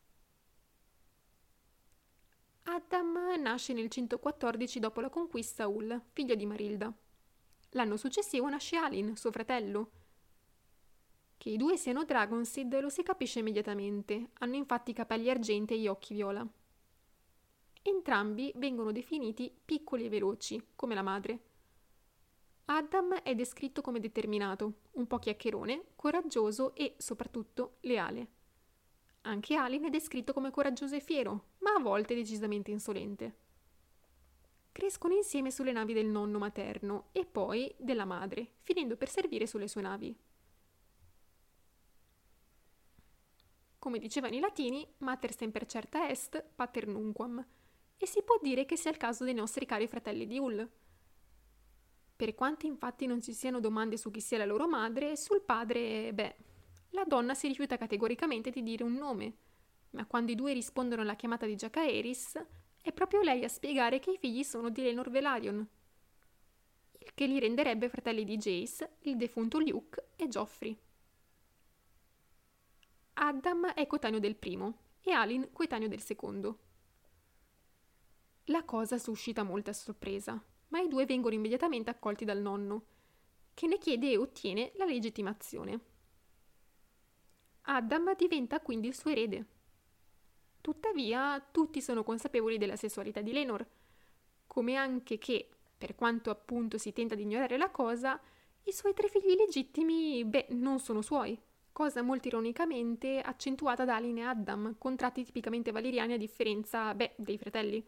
Adam nasce nel 114 dopo la conquista Ul, figlio di Marilda. L'anno successivo nasce Alyn, suo fratello. Che i 2 siano Dragonseed lo si capisce immediatamente, hanno infatti i capelli argenti e gli occhi viola. Entrambi vengono definiti piccoli e veloci, come la madre. Adam è descritto come determinato, un po' chiacchierone, coraggioso e, soprattutto, leale. Anche Alyn è descritto come coraggioso e fiero, ma a volte decisamente insolente. Crescono insieme sulle navi del nonno materno e poi della madre, finendo per servire sulle sue navi. Come dicevano i latini, mater semper certa est, pater nunquam, e si può dire che sia il caso dei nostri cari fratelli di Ul. Per quanto infatti non ci siano domande su chi sia la loro madre, sul padre, la donna si rifiuta categoricamente di dire un nome, ma quando i 2 rispondono alla chiamata di Jacaerys, è proprio lei a spiegare che i figli sono di Laenor Velaryon, il che li renderebbe fratelli di Jace, il defunto Luke e Joffrey. Adam è coetaneo del primo e Alyn coetaneo del secondo. La cosa suscita molta sorpresa, ma i 2 vengono immediatamente accolti dal nonno, che ne chiede e ottiene la legittimazione. Adam diventa quindi il suo erede. Tuttavia, tutti sono consapevoli della sessualità di Laenor, come anche che, per quanto appunto si tenta di ignorare la cosa, i suoi 3 figli legittimi, non sono suoi. Cosa molto ironicamente accentuata da Alyn e Adam, con tratti tipicamente valeriani a differenza, dei fratelli.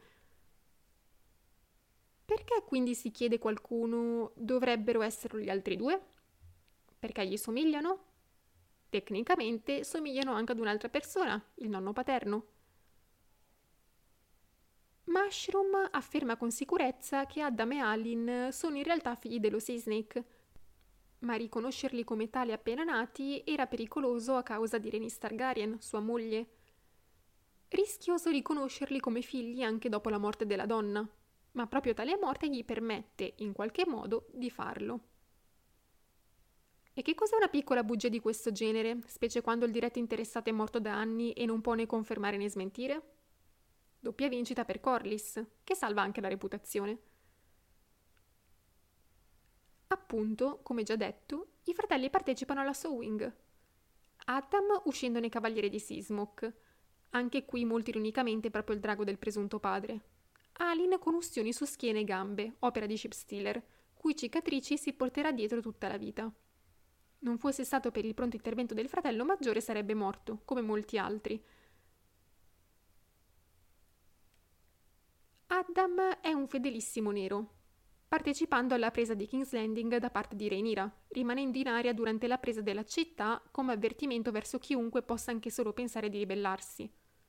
Perché quindi si chiede qualcuno dovrebbero essere gli altri 2? Perché gli somigliano? Tecnicamente somigliano anche ad un'altra persona, il nonno paterno. Mushroom afferma con sicurezza che Adam e Alin sono in realtà figli dello Sea Snake, ma riconoscerli come tali appena nati era pericoloso a causa di Rhaenys Targaryen, sua moglie. Rischioso riconoscerli come figli anche dopo la morte della donna, ma proprio tale morte gli permette, in qualche modo, di farlo. E che cos'è una piccola bugia di questo genere, specie quando il diretto interessato è morto da anni e non può né confermare né smentire? Doppia vincita per Corlys, che salva anche la reputazione. Appunto, come già detto, i fratelli partecipano alla Sowing. Adam uscendone cavaliere di Seasmoke, anche qui molto ironicamente proprio il drago del presunto padre. Alyn con ustioni su schiena e gambe, opera di Shipstealer, cui cicatrici si porterà dietro tutta la vita. Non fosse stato per il pronto intervento del fratello maggiore sarebbe morto, come molti altri. Adam è un fedelissimo nero, partecipando alla presa di King's Landing da parte di Rhaenyra, rimanendo in aria durante la presa della città come avvertimento verso chiunque possa anche solo pensare di ribellarsi.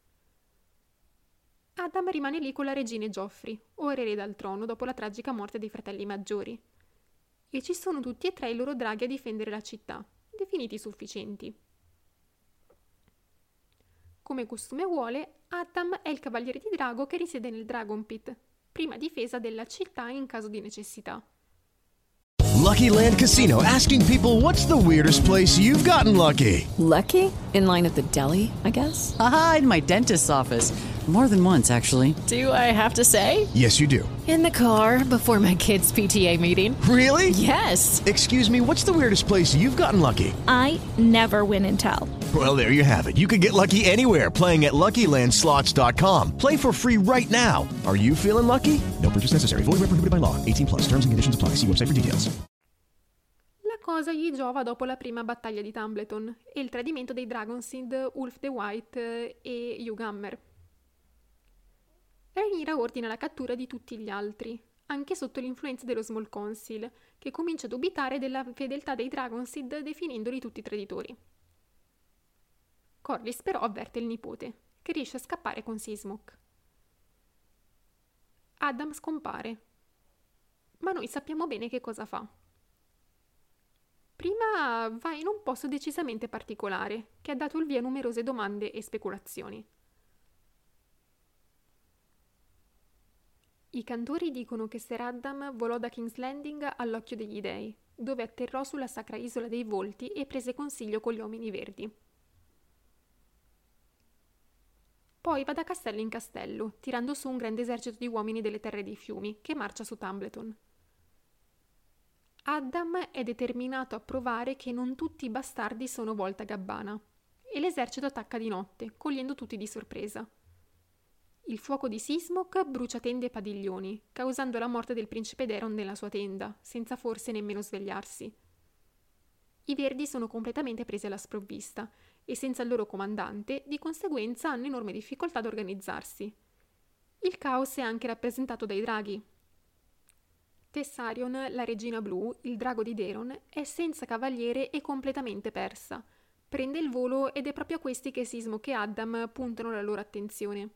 Adam rimane lì con la regina Joffrey, ora erede al trono dopo la tragica morte dei fratelli maggiori. E ci sono tutti e tre i loro draghi a difendere la città, definiti sufficienti. Come costume vuole, Adam è il cavaliere di drago che risiede nel Dragon Pit, prima difesa della città in caso di necessità. Lucky Land Casino, asking people, what's the weirdest place you've gotten lucky? Lucky? In line at the deli, I guess? Aha, in my dentist's office. More than once, actually. Do I have to say? Yes, you do. In the car before my kids' PTA meeting. Really? Yes. Excuse me, what's the weirdest place you've gotten lucky? I never win and tell. Well, there you have it. You can get lucky anywhere, playing at LuckyLandSlots.com. Play for free right now. Are you feeling lucky? No purchase necessary. Void where prohibited by law. 18+. Terms and conditions apply. See website for details. La cosa gli giova dopo la prima battaglia di Tumbleton e il tradimento dei Dragonseed Ulf the White e Hugh Hammer. Rhaenyra ordina la cattura di tutti gli altri, anche sotto l'influenza dello Small Council, che comincia a dubitare della fedeltà dei Dragonseed definendoli tutti traditori. Corlys però avverte il nipote, che riesce a scappare con Seasmoke. Adam scompare, ma noi sappiamo bene che cosa fa. Prima va in un posto decisamente particolare, che ha dato il via a numerose domande e speculazioni. I cantori dicono che Ser Adam volò da King's Landing all'Occhio degli Dei, dove atterrò sulla sacra isola dei Volti e prese consiglio con gli uomini verdi. Poi va da castello in castello, tirando su un grande esercito di uomini delle terre dei fiumi, che marcia su Tumbleton. Adam è determinato a provare che non tutti i bastardi sono Volta Gabbana, e l'esercito attacca di notte, cogliendo tutti di sorpresa. Il fuoco di Seasmoke brucia tende e padiglioni, causando la morte del principe Daeron nella sua tenda, senza forse nemmeno svegliarsi. I Verdi sono completamente presi alla sprovvista e senza il loro comandante, di conseguenza hanno enorme difficoltà ad organizzarsi. Il caos è anche rappresentato dai draghi. Tessarion, la regina blu, il drago di Daeron, è senza cavaliere e completamente persa. Prende il volo ed è proprio a questi che Seasmoke e Adam puntano la loro attenzione.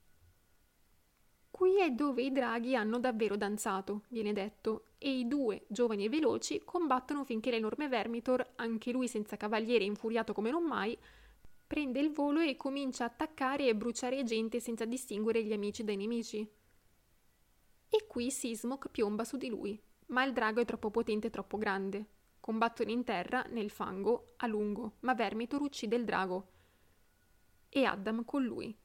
Qui è dove i draghi hanno davvero danzato, viene detto, e i due, giovani e veloci, combattono finché l'enorme Vermithor, anche lui senza cavaliere e infuriato come non mai, prende il volo e comincia a attaccare e bruciare gente senza distinguere gli amici dai nemici. E qui Seasmoke piomba su di lui, ma il drago è troppo potente e troppo grande. Combattono in terra, nel fango, a lungo, ma Vermithor uccide il drago. E Adam con lui.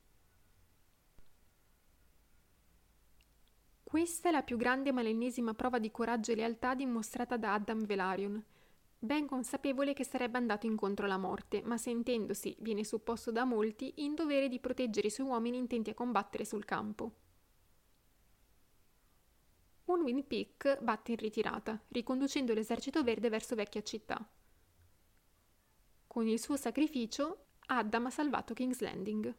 Questa è la più grande ma l'ennesima prova di coraggio e lealtà dimostrata da Adam Velaryon, ben consapevole che sarebbe andato incontro alla morte, ma sentendosi, viene supposto da molti, in dovere di proteggere i suoi uomini intenti a combattere sul campo. Unwin Peak batte in ritirata, riconducendo l'esercito verde verso Vecchia Città. Con il suo sacrificio, Adam ha salvato King's Landing.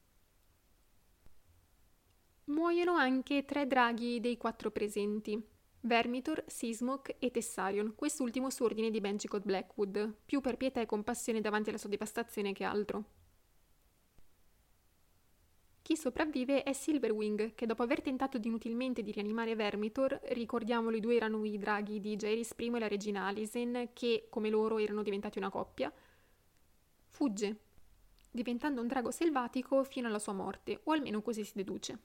Muoiono anche 3 draghi dei 4 presenti, Vermithor, Seasmoke e Tessarion, quest'ultimo su ordine di Benjicot Blackwood, più per pietà e compassione davanti alla sua devastazione che altro. Chi sopravvive è Silverwing, che dopo aver tentato inutilmente di rianimare Vermitor, ricordiamolo, i due erano i draghi di Jaehaerys I e la regina Alicent, che come loro erano diventati una coppia, fugge, diventando un drago selvatico fino alla sua morte, o almeno così si deduce.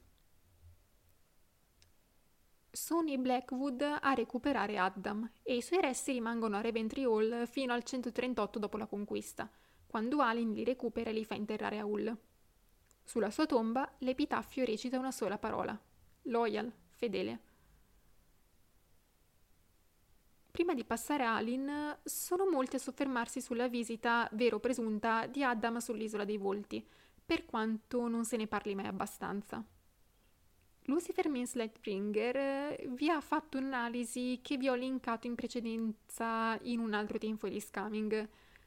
Sono i Blackwood a recuperare Addam e i suoi resti rimangono a Reventry Hall fino al 138 dopo la conquista, quando Alyn li recupera e li fa interrare a Hull. Sulla sua tomba l'epitaffio recita una sola parola: Loyal, fedele. Prima di passare a Alyn, sono molti a soffermarsi sulla visita, vero o presunta, di Addam sull'Isola dei Volti, per quanto non se ne parli mai abbastanza. Lucifer Mintz-Lightbringer vi ha fatto un'analisi che vi ho linkato in precedenza in un altro tempo di Scamming.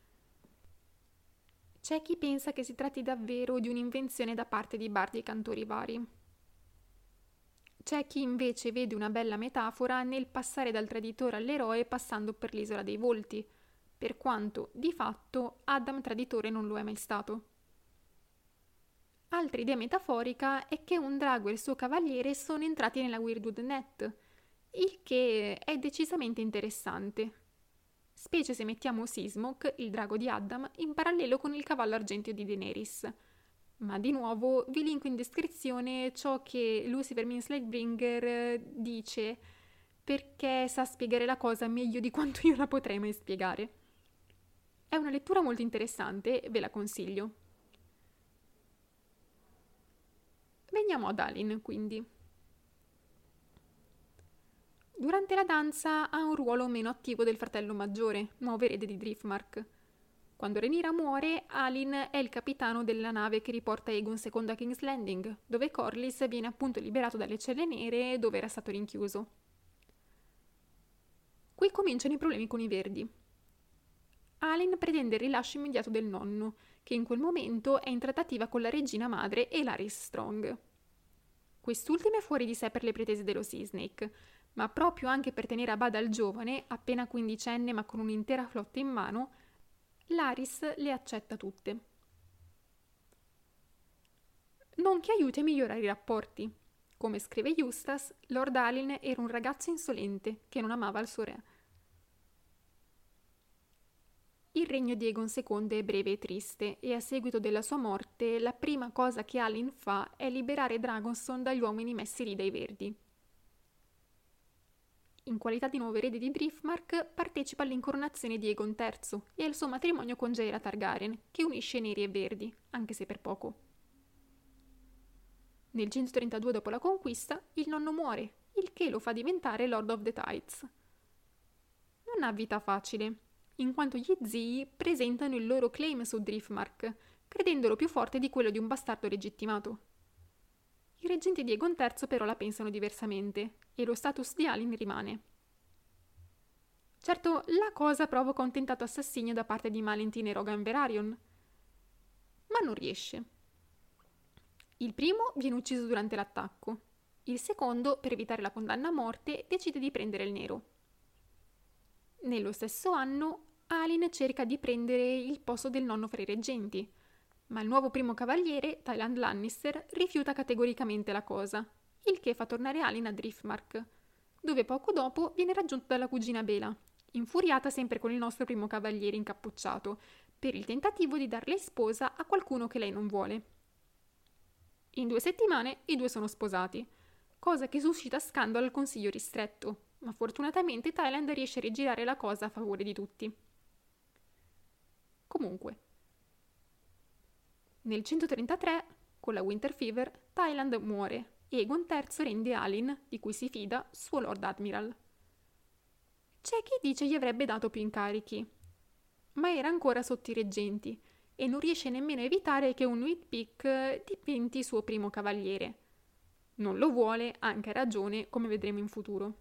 C'è chi pensa che si tratti davvero di un'invenzione da parte di bardi e cantori vari. C'è chi invece vede una bella metafora nel passare dal traditore all'eroe passando per l'Isola dei Volti, per quanto, di fatto, Addam traditore non lo è mai stato. Altra idea metaforica è che un drago e il suo cavaliere sono entrati nella Weirdwood Net, il che è decisamente interessante, specie se mettiamo Seasmoke, il drago di Addam, in parallelo con il cavallo argenteo di Daenerys. Ma di nuovo vi linko in descrizione ciò che Lucifer Mintz-Lightbringer dice, perché sa spiegare la cosa meglio di quanto io la potrei mai spiegare. È una lettura molto interessante, ve la consiglio. Veniamo ad Alyn, quindi. Durante la danza ha un ruolo meno attivo del fratello maggiore, nuovo erede di Driftmark. Quando Rhaenyra muore, Alyn è il capitano della nave che riporta Aegon II a King's Landing, dove Corlys viene appunto liberato dalle celle nere dove era stato rinchiuso. Qui cominciano i problemi con i Verdi. Alyn pretende il rilascio immediato del nonno, che in quel momento è in trattativa con la regina madre e Larys Strong. Quest'ultima è fuori di sé per le pretese dello Sea Snake, ma proprio anche per tenere a bada il giovane, appena quindicenne ma con un'intera flotta in mano, Larys le accetta tutte. Non che aiuti a migliorare i rapporti. Come scrive Eustace, Lord Alyn era un ragazzo insolente che non amava il suo re. Il regno di Aegon II è breve e triste e a seguito della sua morte la prima cosa che Alyn fa è liberare Dragonstone dagli uomini messi lì dai Verdi. In qualità di nuovo erede di Driftmark partecipa all'incoronazione di Aegon III e al suo matrimonio con Jaehaera Targaryen, che unisce neri e verdi, anche se per poco. Nel 132 dopo la conquista, il nonno muore, il che lo fa diventare Lord of the Tides. Non ha vita facile, in quanto gli zii presentano il loro claim su Driftmark, credendolo più forte di quello di un bastardo legittimato. I reggenti di Aegon III però la pensano diversamente, e lo status di Alyn rimane. Certo, la cosa provoca un tentato assassinio da parte di Malentine e Rogan Velaryon, ma non riesce. Il primo viene ucciso durante l'attacco, il secondo, per evitare la condanna a morte, decide di prendere il nero. Nello stesso anno, Alyn cerca di prendere il posto del nonno fra i reggenti, ma il nuovo primo cavaliere, Tywin Lannister, rifiuta categoricamente la cosa, il che fa tornare Alyn a Driftmark, dove poco dopo viene raggiunto dalla cugina Bela, infuriata sempre con il nostro primo cavaliere incappucciato, per il tentativo di darle sposa a qualcuno che lei non vuole. In 2 settimane i due sono sposati, cosa che suscita scandalo al consiglio ristretto, ma fortunatamente Tywin riesce a rigirare la cosa a favore di tutti. Comunque, nel 133, con la Winter Fever, Tywin muore e Aegon III rende Alyn, di cui si fida, suo Lord Admiral. C'è chi dice gli avrebbe dato più incarichi, ma era ancora sotto i reggenti e non riesce nemmeno a evitare che un Whitpick diventi suo primo cavaliere. Non lo vuole, anche a ragione, come vedremo in futuro.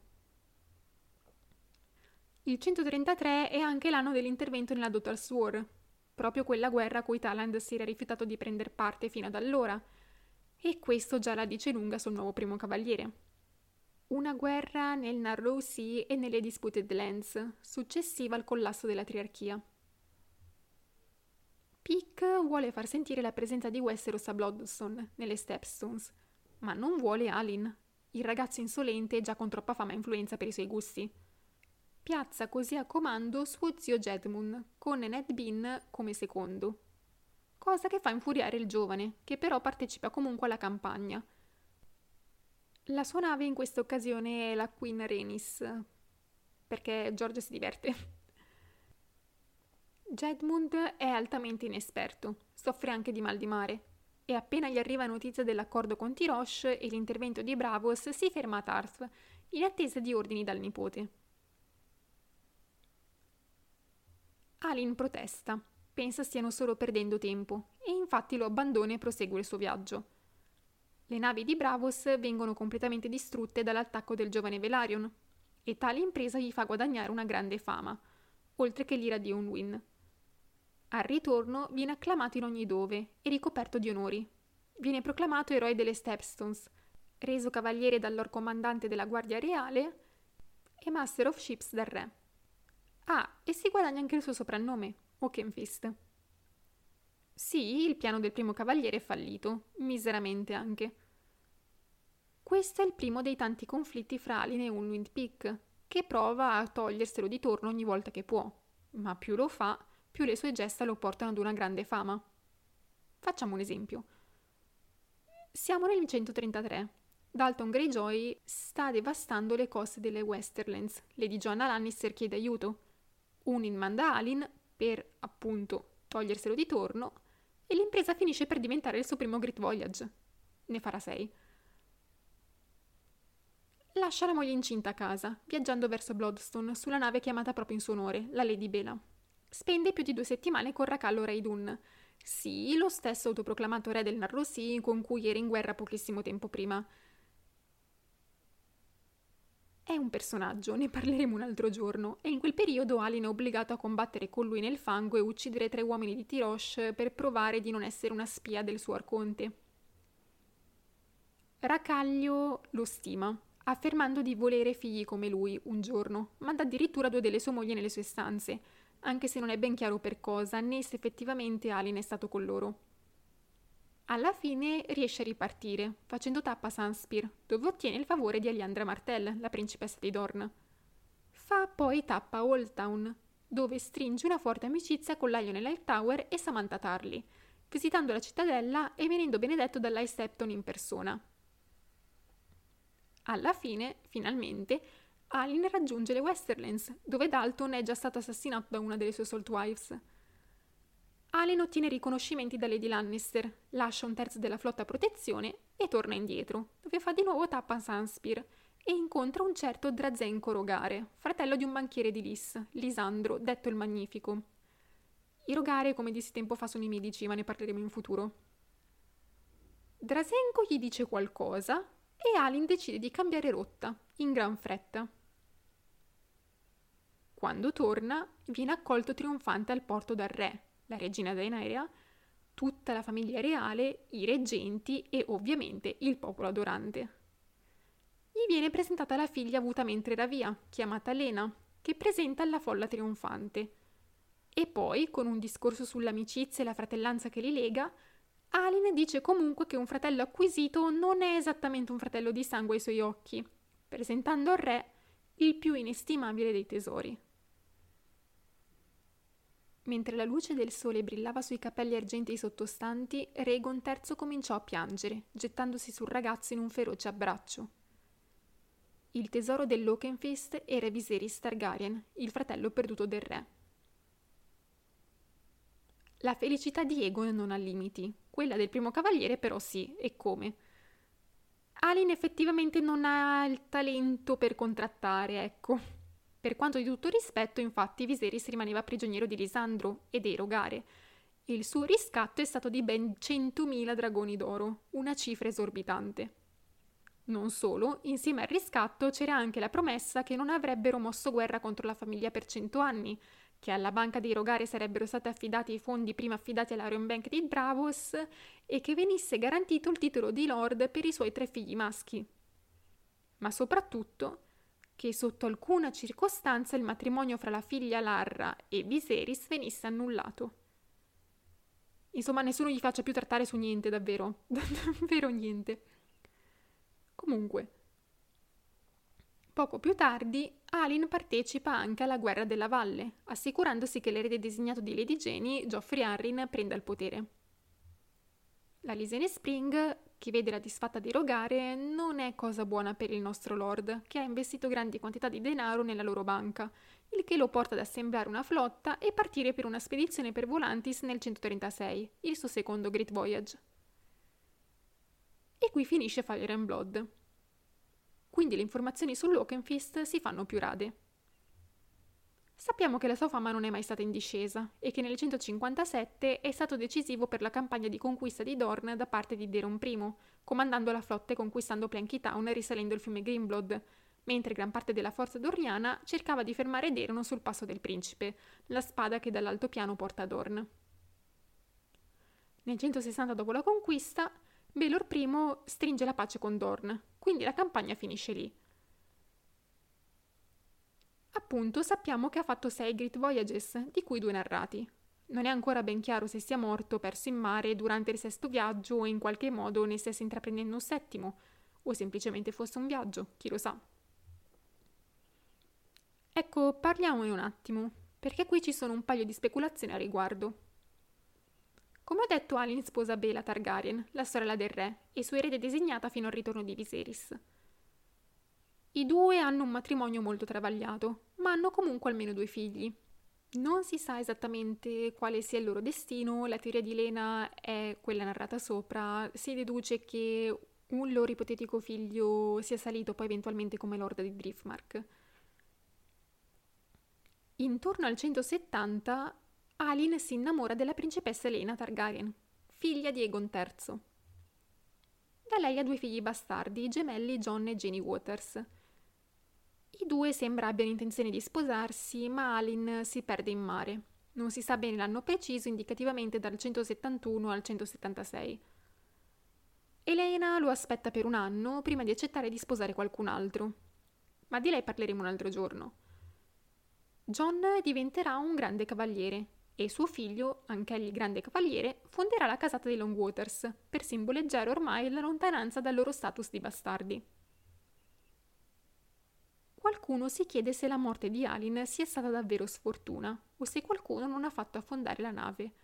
Il 133 è anche l'anno dell'intervento nella Dotar's War, proprio quella guerra a cui Tywin si era rifiutato di prender parte fino ad allora, e questo già la dice lunga sul nuovo primo cavaliere. Una guerra nel Narrow Sea e nelle Disputed Lands, successiva al collasso della triarchia. Pick vuole far sentire la presenza di Westeros a Bloodstone, nelle Stepstones, ma non vuole Alyn, il ragazzo insolente già con troppa fama e influenza per i suoi gusti. Piazza così a comando suo zio Jedmund, con Ned Bean come secondo, cosa che fa infuriare il giovane, che però partecipa comunque alla campagna. La sua nave in questa occasione è la Queen Rhaenys, perché George si diverte. Jedmund è altamente inesperto, soffre anche di mal di mare, e appena gli arriva notizia dell'accordo con Tyrosh e l'intervento di Braavos si ferma a Tarth, in attesa di ordini dal nipote. Alyn protesta, pensa stiano solo perdendo tempo, e infatti lo abbandona e prosegue il suo viaggio. Le navi di Braavos vengono completamente distrutte dall'attacco del giovane Velaryon, e tale impresa gli fa guadagnare una grande fama, oltre che l'ira di Unwin. Al ritorno viene acclamato in ogni dove e ricoperto di onori. Viene proclamato eroe delle Stepstones, reso cavaliere dal Lord Comandante della Guardia Reale e Master of Ships dal Re. Ah, e si guadagna anche il suo soprannome, Oakenfist. Sì, il piano del primo cavaliere è fallito, miseramente anche. Questo è il primo dei tanti conflitti fra Alyn e Unwin Pick, che prova a toglierselo di torno ogni volta che può, ma più lo fa, più le sue gesta lo portano ad una grande fama. Facciamo un esempio. Siamo nel 133. Dalton Greyjoy sta devastando le coste delle Westerlands. Lady Joanna Lannister chiede aiuto. Unwin manda Alyn per, appunto, toglierselo di torno e l'impresa finisce per diventare il suo primo Great Voyage. Ne farà 6. Lascia la moglie incinta a casa, viaggiando verso Bloodstone sulla nave chiamata proprio in suo onore, la Lady Bela. Spende più di 2 settimane con Racallo Raidun, sì, lo stesso autoproclamato re del Narrosee con cui era in guerra pochissimo tempo prima. È un personaggio, ne parleremo un altro giorno, e in quel periodo Alyn è obbligato a combattere con lui nel fango e uccidere 3 uomini di Tyrosh per provare di non essere una spia del suo arconte. Racaglio lo stima, affermando di volere figli come lui un giorno, manda addirittura 2 delle sue mogli nelle sue stanze, anche se non è ben chiaro per cosa, né se effettivamente Alyn è stato con loro. Alla fine riesce a ripartire, facendo tappa a Sunspear, dove ottiene il favore di Alliandra Martell, la principessa di Dorne. Fa poi tappa a Old Town, dove stringe una forte amicizia con Lionel Hightower e Samantha Tarly, visitando la cittadella e venendo benedetto dall'High Septon in persona. Alla fine, finalmente, Alyn raggiunge le Westerlands, dove Dalton è già stato assassinato da una delle sue Salt Wives. Alyn ottiene riconoscimenti da Lady Lannister, lascia 1/3 della flotta a protezione e torna indietro, dove fa di nuovo tappa a Sunspear e incontra un certo Drazenko Rogare, fratello di un banchiere di Lys, Lisandro, detto il Magnifico. I Rogare, come dissi tempo fa, sono i Medici, ma ne parleremo in futuro. Drazenko gli dice qualcosa e Alyn decide di cambiare rotta, in gran fretta. Quando torna, viene accolto trionfante al porto dal re, la regina Daenerys, tutta la famiglia reale, i reggenti e ovviamente il popolo adorante. Gli viene presentata la figlia avuta mentre era via, chiamata Lena, che presenta alla folla trionfante. E poi, con un discorso sull'amicizia e la fratellanza che li lega, Alyn dice comunque che un fratello acquisito non è esattamente un fratello di sangue ai suoi occhi, presentando al re il più inestimabile dei tesori. Mentre la luce del sole brillava sui capelli argentei sottostanti, Rhaegon III cominciò a piangere, gettandosi sul ragazzo in un feroce abbraccio. Il tesoro dell'Oakenfist era Viserys Targaryen, il fratello perduto del re. La felicità di Aegon non ha limiti, quella del primo cavaliere però sì, e come? Alyn effettivamente non ha il talento per contrattare, ecco. Per quanto di tutto rispetto, infatti, Viserys rimaneva prigioniero di Lisandro e dei Rogare. Il suo riscatto è stato di ben 100.000 dragoni d'oro, una cifra esorbitante. Non solo, insieme al riscatto c'era anche la promessa che non avrebbero mosso guerra contro la famiglia per 100 anni, che alla banca dei Rogare sarebbero stati affidati i fondi prima affidati all'Iron Bank di Braavos e che venisse garantito il titolo di Lord per i suoi 3 figli maschi. Ma soprattutto che sotto alcuna circostanza il matrimonio fra la figlia Larra e Viserys venisse annullato. Insomma, nessuno gli faccia più trattare su niente, davvero. Davvero niente. Comunque, poco più tardi, Alyn partecipa anche alla Guerra della Valle, assicurandosi che l'erede designato di Lady Jane, Joffrey Arryn, prenda il potere. La Lysene Spring, che vede la disfatta dirogare, non è cosa buona per il nostro Lord, che ha investito grandi quantità di denaro nella loro banca, il che lo porta ad assemblare una flotta e partire per una spedizione per Volantis nel 136, il suo secondo Great Voyage. E qui finisce Fire and Blood. Quindi le informazioni sull'Oakenfist si fanno più rade. Sappiamo che la sua fama non è mai stata in discesa e che nel 157 è stato decisivo per la campagna di conquista di Dorne da parte di Daeron I, comandando la flotta e conquistando Planky Town e risalendo il fiume Greenblood, mentre gran parte della forza dorniana cercava di fermare Daeron sul Passo del Principe, la spada che dall'altopiano porta a Dorne. Nel 160 dopo la conquista, Baelor I stringe la pace con Dorne, quindi la campagna finisce lì. Appunto, sappiamo che ha fatto 6 Great Voyages, di cui 2 narrati. Non è ancora ben chiaro se sia morto, perso in mare durante il 6º viaggio o in qualche modo ne stesse intraprendendo un 7º, o semplicemente fosse un viaggio, chi lo sa. Ecco, parliamone un attimo, perché qui ci sono un paio di speculazioni a riguardo. Come ho detto, Alyn sposa Baela Targaryen, la sorella del re, e sua erede designata fino al ritorno di Viserys. I due hanno un matrimonio molto travagliato, ma hanno comunque almeno 2 figli. Non si sa esattamente quale sia il loro destino, la teoria di Lena è quella narrata sopra, si deduce che un loro ipotetico figlio sia salito poi eventualmente come Lord di Driftmark. Intorno al 170, Alyn si innamora della principessa Lena Targaryen, figlia di Aegon III. Da lei ha 2 figli bastardi, i gemelli Jon e Jaime Waters. I 2 sembra abbiano intenzione di sposarsi, ma Alyn si perde in mare. Non si sa bene l'anno preciso, indicativamente dal 171 al 176. Elena lo aspetta per un anno prima di accettare di sposare qualcun altro. Ma di lei parleremo un altro giorno. Jon diventerà un grande cavaliere e suo figlio, anch'egli grande cavaliere, fonderà la casata dei Longwaters per simboleggiare ormai la lontananza dal loro status di bastardi. Qualcuno si chiede se la morte di Alyn sia stata davvero sfortuna o se qualcuno non ha fatto affondare la nave.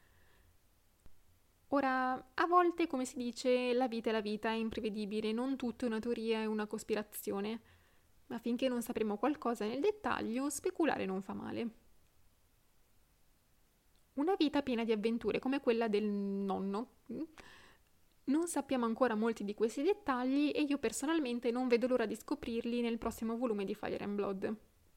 Ora, a volte, come si dice, la vita è imprevedibile, non tutto è una teoria e una cospirazione, ma finché non sapremo qualcosa nel dettaglio, speculare non fa male. Una vita piena di avventure come quella del nonno. Non sappiamo ancora molti di questi dettagli e io personalmente non vedo l'ora di scoprirli nel prossimo volume di Fire and Blood.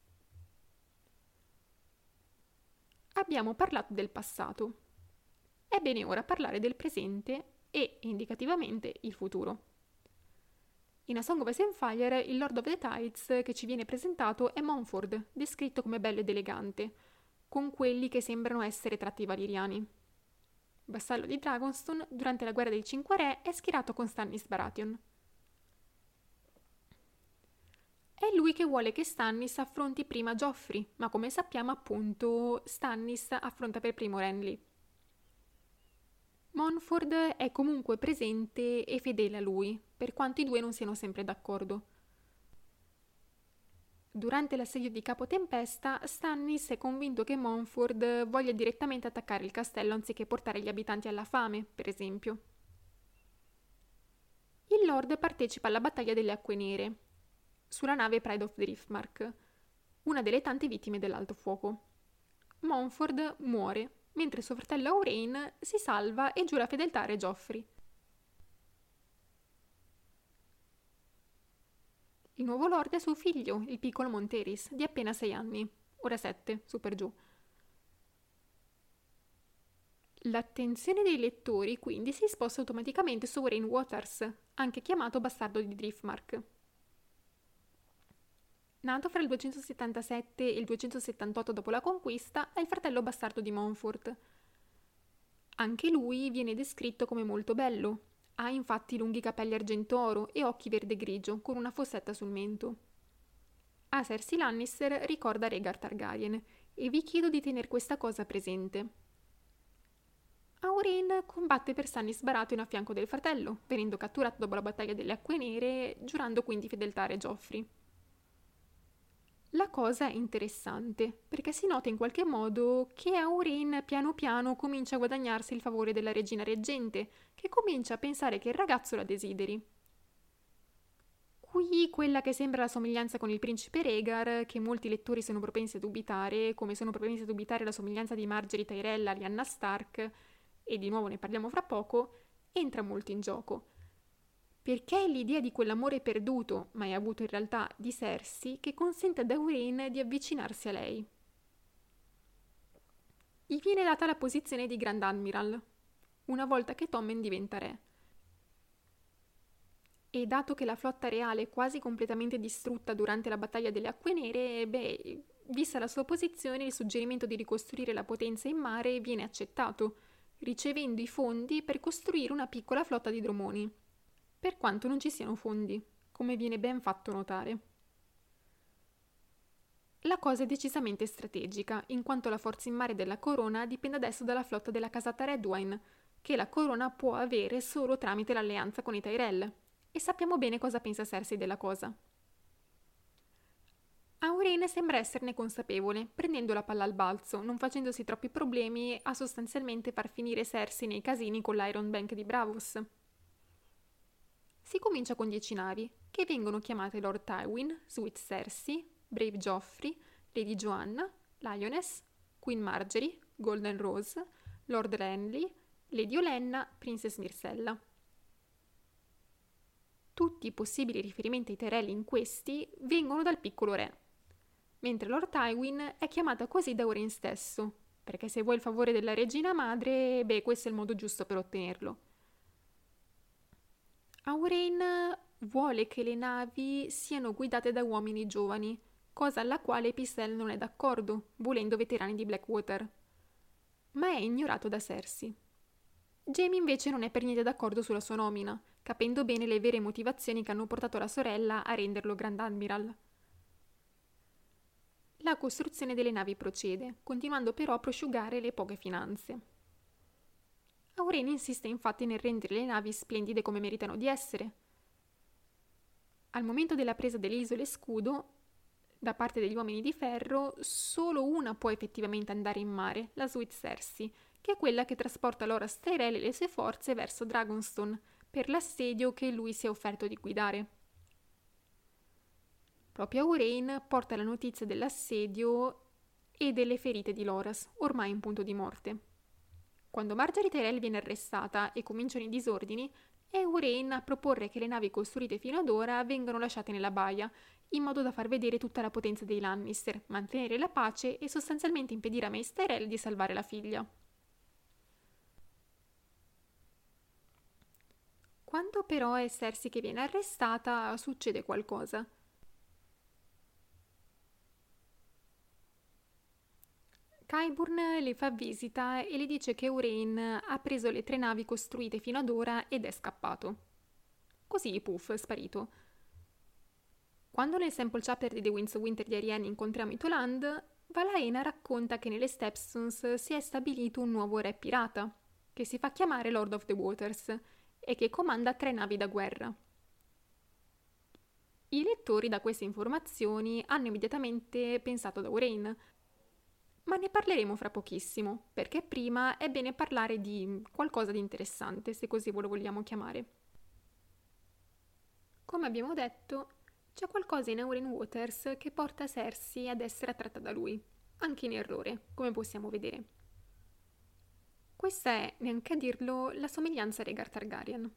Abbiamo parlato del passato. È bene ora parlare del presente e, indicativamente, il futuro. In A Song of Ice and Fire, il Lord of the Tides che ci viene presentato è Montford, descritto come bello ed elegante, con quelli che sembrano essere tratti valiriani. Vassallo di Dragonstone, durante la guerra dei 5 Re è schierato con Stannis Baratheon. È lui che vuole che Stannis affronti prima Joffrey, ma come sappiamo appunto Stannis affronta per primo Renly. Montford è comunque presente e fedele a lui, per quanto i due non siano sempre d'accordo. Durante l'assedio di Capo Tempesta, Stannis è convinto che Montford voglia direttamente attaccare il castello anziché portare gli abitanti alla fame, per esempio. Il Lord partecipa alla battaglia delle Acque Nere, sulla nave Pride of Driftmark, una delle tante vittime dell'Alto Fuoco. Montford muore, mentre suo fratello Aurain si salva e giura fedeltà a Re Joffrey. Il nuovo Lord è suo figlio, il piccolo Monteris, di appena 6 anni, ora 7, su per giù. L'attenzione dei lettori quindi si sposta automaticamente su Aurain Waters, anche chiamato bastardo di Driftmark. Nato fra il 277 e il 278 dopo la conquista, è il fratello bastardo di Montfort. Anche lui viene descritto come molto bello. Ha infatti lunghi capelli argentoro e occhi verde grigio, con una fossetta sul mento. A Cersei Lannister ricorda Rhaegar Targaryen, e vi chiedo di tener questa cosa presente. Aurene combatte per Stannis Baratheon a fianco del fratello, venendo catturato dopo la battaglia delle Acque Nere, giurando quindi fedeltà a Re Joffrey. La cosa è interessante, perché si nota in qualche modo che Aurene piano piano comincia a guadagnarsi il favore della regina reggente, che comincia a pensare che il ragazzo la desideri. Qui quella che sembra la somiglianza con il principe Rhaegar, che molti lettori sono propensi a dubitare, come sono propensi a dubitare la somiglianza di Margaery Tyrell a Lyanna Stark, e di nuovo ne parliamo fra poco, entra molto in gioco. Perché è l'idea di quell'amore perduto, mai avuto in realtà, di Cersei, che consente ad Aurene di avvicinarsi a lei. Gli viene data la posizione di Grand Admiral, una volta che Tommen diventa re. E dato che la flotta reale è quasi completamente distrutta durante la battaglia delle Acque Nere, vista la sua posizione, il suggerimento di ricostruire la potenza in mare viene accettato, ricevendo i fondi per costruire una piccola flotta di dromoni, per quanto non ci siano fondi, come viene ben fatto notare. La cosa è decisamente strategica, in quanto la forza in mare della corona dipende adesso dalla flotta della casata Redwyne, che la corona può avere solo tramite l'alleanza con i Tyrell, e sappiamo bene cosa pensa Cersei della cosa. Aurene sembra esserne consapevole, prendendo la palla al balzo, non facendosi troppi problemi a sostanzialmente far finire Cersei nei casini con l'Iron Bank di Braavos. Si comincia con 10 navi, che vengono chiamate Lord Tywin, Sweet Cersei, Brave Joffrey, Lady Joanna, Lioness, Queen Margaery, Golden Rose, Lord Renly, Lady Olenna, Princess Myrcella. Tutti i possibili riferimenti ai Tyrell in questi vengono dal piccolo re, mentre Lord Tywin è chiamata così da Aurene stesso, perché se vuoi il favore della regina madre, questo è il modo giusto per ottenerlo. Aurene vuole che le navi siano guidate da uomini giovani, cosa alla quale Pycelle non è d'accordo, volendo veterani di Blackwater. Ma è ignorato da Cersei. Jaime invece non è per niente d'accordo sulla sua nomina, capendo bene le vere motivazioni che hanno portato la sorella a renderlo Grand Admiral. La costruzione delle navi procede, continuando però a prosciugare le poche finanze. Aurene insiste infatti nel rendere le navi splendide come meritano di essere. Al momento della presa delle isole Scudo, da parte degli uomini di ferro, solo una può effettivamente andare in mare, la Sweet Cersei, che è quella che trasporta Loras Tyrell e le sue forze verso Dragonstone, per l'assedio che lui si è offerto di guidare. Proprio Aurene porta la notizia dell'assedio e delle ferite di Loras, ormai in punto di morte. Quando Margaery Tyrell viene arrestata e cominciano i disordini, è Aurene a proporre che le navi costruite fino ad ora vengano lasciate nella baia, in modo da far vedere tutta la potenza dei Lannister, mantenere la pace e sostanzialmente impedire a Mace Tyrell di salvare la figlia. Quando però è Cersei che viene arrestata, succede qualcosa. Qyburn le fa visita e le dice che Aurene ha preso le 3 navi costruite fino ad ora ed è scappato. Così, puff, è sparito. Quando nel sample chapter di The Winds of Winter di Arianne incontriamo i Toland, Valaena racconta che nelle Stepstones si è stabilito un nuovo re pirata, che si fa chiamare Lord of the Waters, e che comanda 3 navi da guerra. I lettori da queste informazioni hanno immediatamente pensato ad Aurene, ma ne parleremo fra pochissimo, perché prima è bene parlare di qualcosa di interessante, se così lo vogliamo chiamare. Come abbiamo detto, c'è qualcosa in Aurene Waters che porta Cersei ad essere attratta da lui, anche in errore, come possiamo vedere. Questa è, neanche a dirlo, la somiglianza a Rhaegar Targaryen.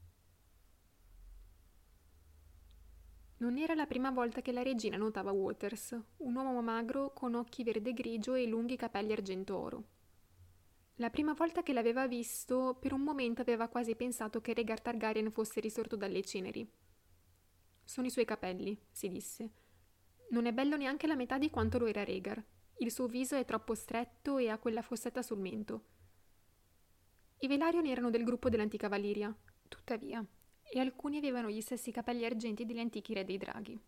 Non era la prima volta che la regina notava Waters, un uomo magro con occhi verde grigio e lunghi capelli argento oro. La prima volta che l'aveva visto, per un momento aveva quasi pensato che Rhaegar Targaryen fosse risorto dalle ceneri. Sono i suoi capelli, si disse. Non è bello neanche la metà di quanto lo era Rhaegar. Il suo viso è troppo stretto e ha quella fossetta sul mento. I Velaryon erano del gruppo dell'antica Valyria, tuttavia, e alcuni avevano gli stessi capelli argenti degli antichi re dei draghi.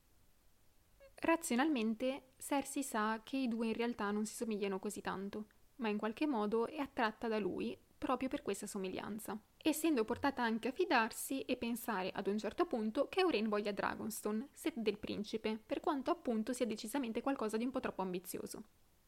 Razionalmente, Cersei sa che i due in realtà non si somigliano così tanto, ma in qualche modo è attratta da lui proprio per questa somiglianza, essendo portata anche a fidarsi e pensare ad un certo punto che Aurane voglia Dragonstone, sede del principe, per quanto appunto sia decisamente qualcosa di un po' troppo ambizioso.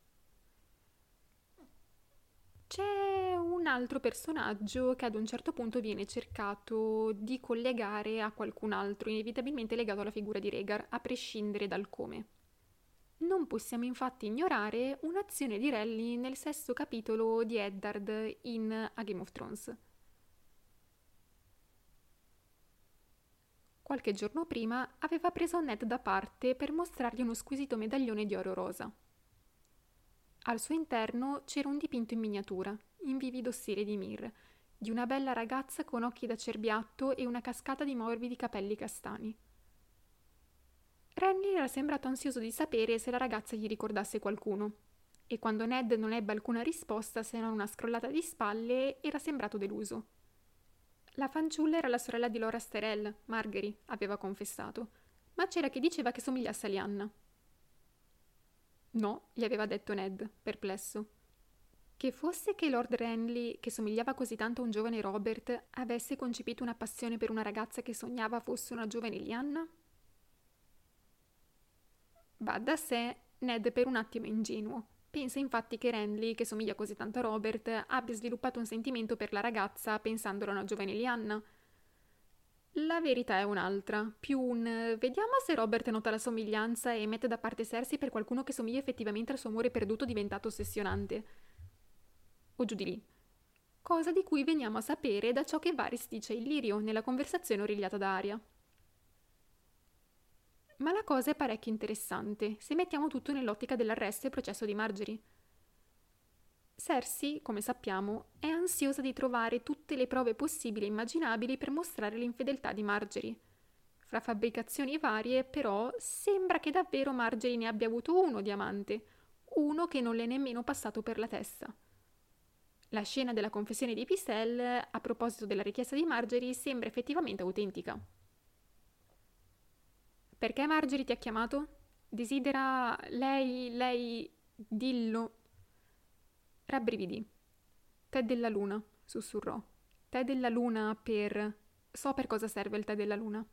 C'è un altro personaggio che ad un certo punto viene cercato di collegare a qualcun altro, inevitabilmente legato alla figura di Rhaegar, a prescindere dal come. Non possiamo infatti ignorare un'azione di Renly nel 6º capitolo di Eddard in A Game of Thrones. Qualche giorno prima aveva preso Ned da parte per mostrargli uno squisito medaglione di oro rosa. Al suo interno c'era un dipinto in miniatura, in vivido stile di Ymir, di una bella ragazza con occhi da cerbiatto e una cascata di morbidi capelli castani. Renly era sembrato ansioso di sapere se la ragazza gli ricordasse qualcuno, e quando Ned non ebbe alcuna risposta se non una scrollata di spalle, era sembrato deluso. La fanciulla era la sorella di Loras Tyrell, Margaery, aveva confessato, ma c'era chi diceva che somigliasse a Lyanna. No, gli aveva detto Ned, perplesso. Che fosse che Lord Renly, che somigliava così tanto a un giovane Robert, avesse concepito una passione per una ragazza che sognava fosse una giovane Lyanna? Va da sé, Ned per un attimo è ingenuo. Pensa infatti che Renly, che somiglia così tanto a Robert, abbia sviluppato un sentimento per la ragazza pensandola una giovane Lyanna. La verità è un'altra, più un vediamo se Robert nota la somiglianza e mette da parte Cersei per qualcuno che somiglia effettivamente al suo amore perduto diventato ossessionante. O giù di lì. Cosa di cui veniamo a sapere da ciò che Varys dice a Illyrio nella conversazione origliata da Arya. Ma la cosa è parecchio interessante, se mettiamo tutto nell'ottica dell'arresto e processo di Margaery. Cersei, come sappiamo, è ansiosa di trovare tutte le prove possibili e immaginabili per mostrare l'infedeltà di Margaery. Fra fabbricazioni varie, però, sembra che davvero Margaery ne abbia avuto uno di amante, uno che non le è nemmeno passato per la testa. La scena della confessione di Pycelle, a proposito della richiesta di Margaery, sembra effettivamente autentica. Perché Margaery ti ha chiamato? Desidera lei, dillo. Rabbrividì. Tè della luna, sussurrò. Tè della luna per... So per cosa serve il tè della luna.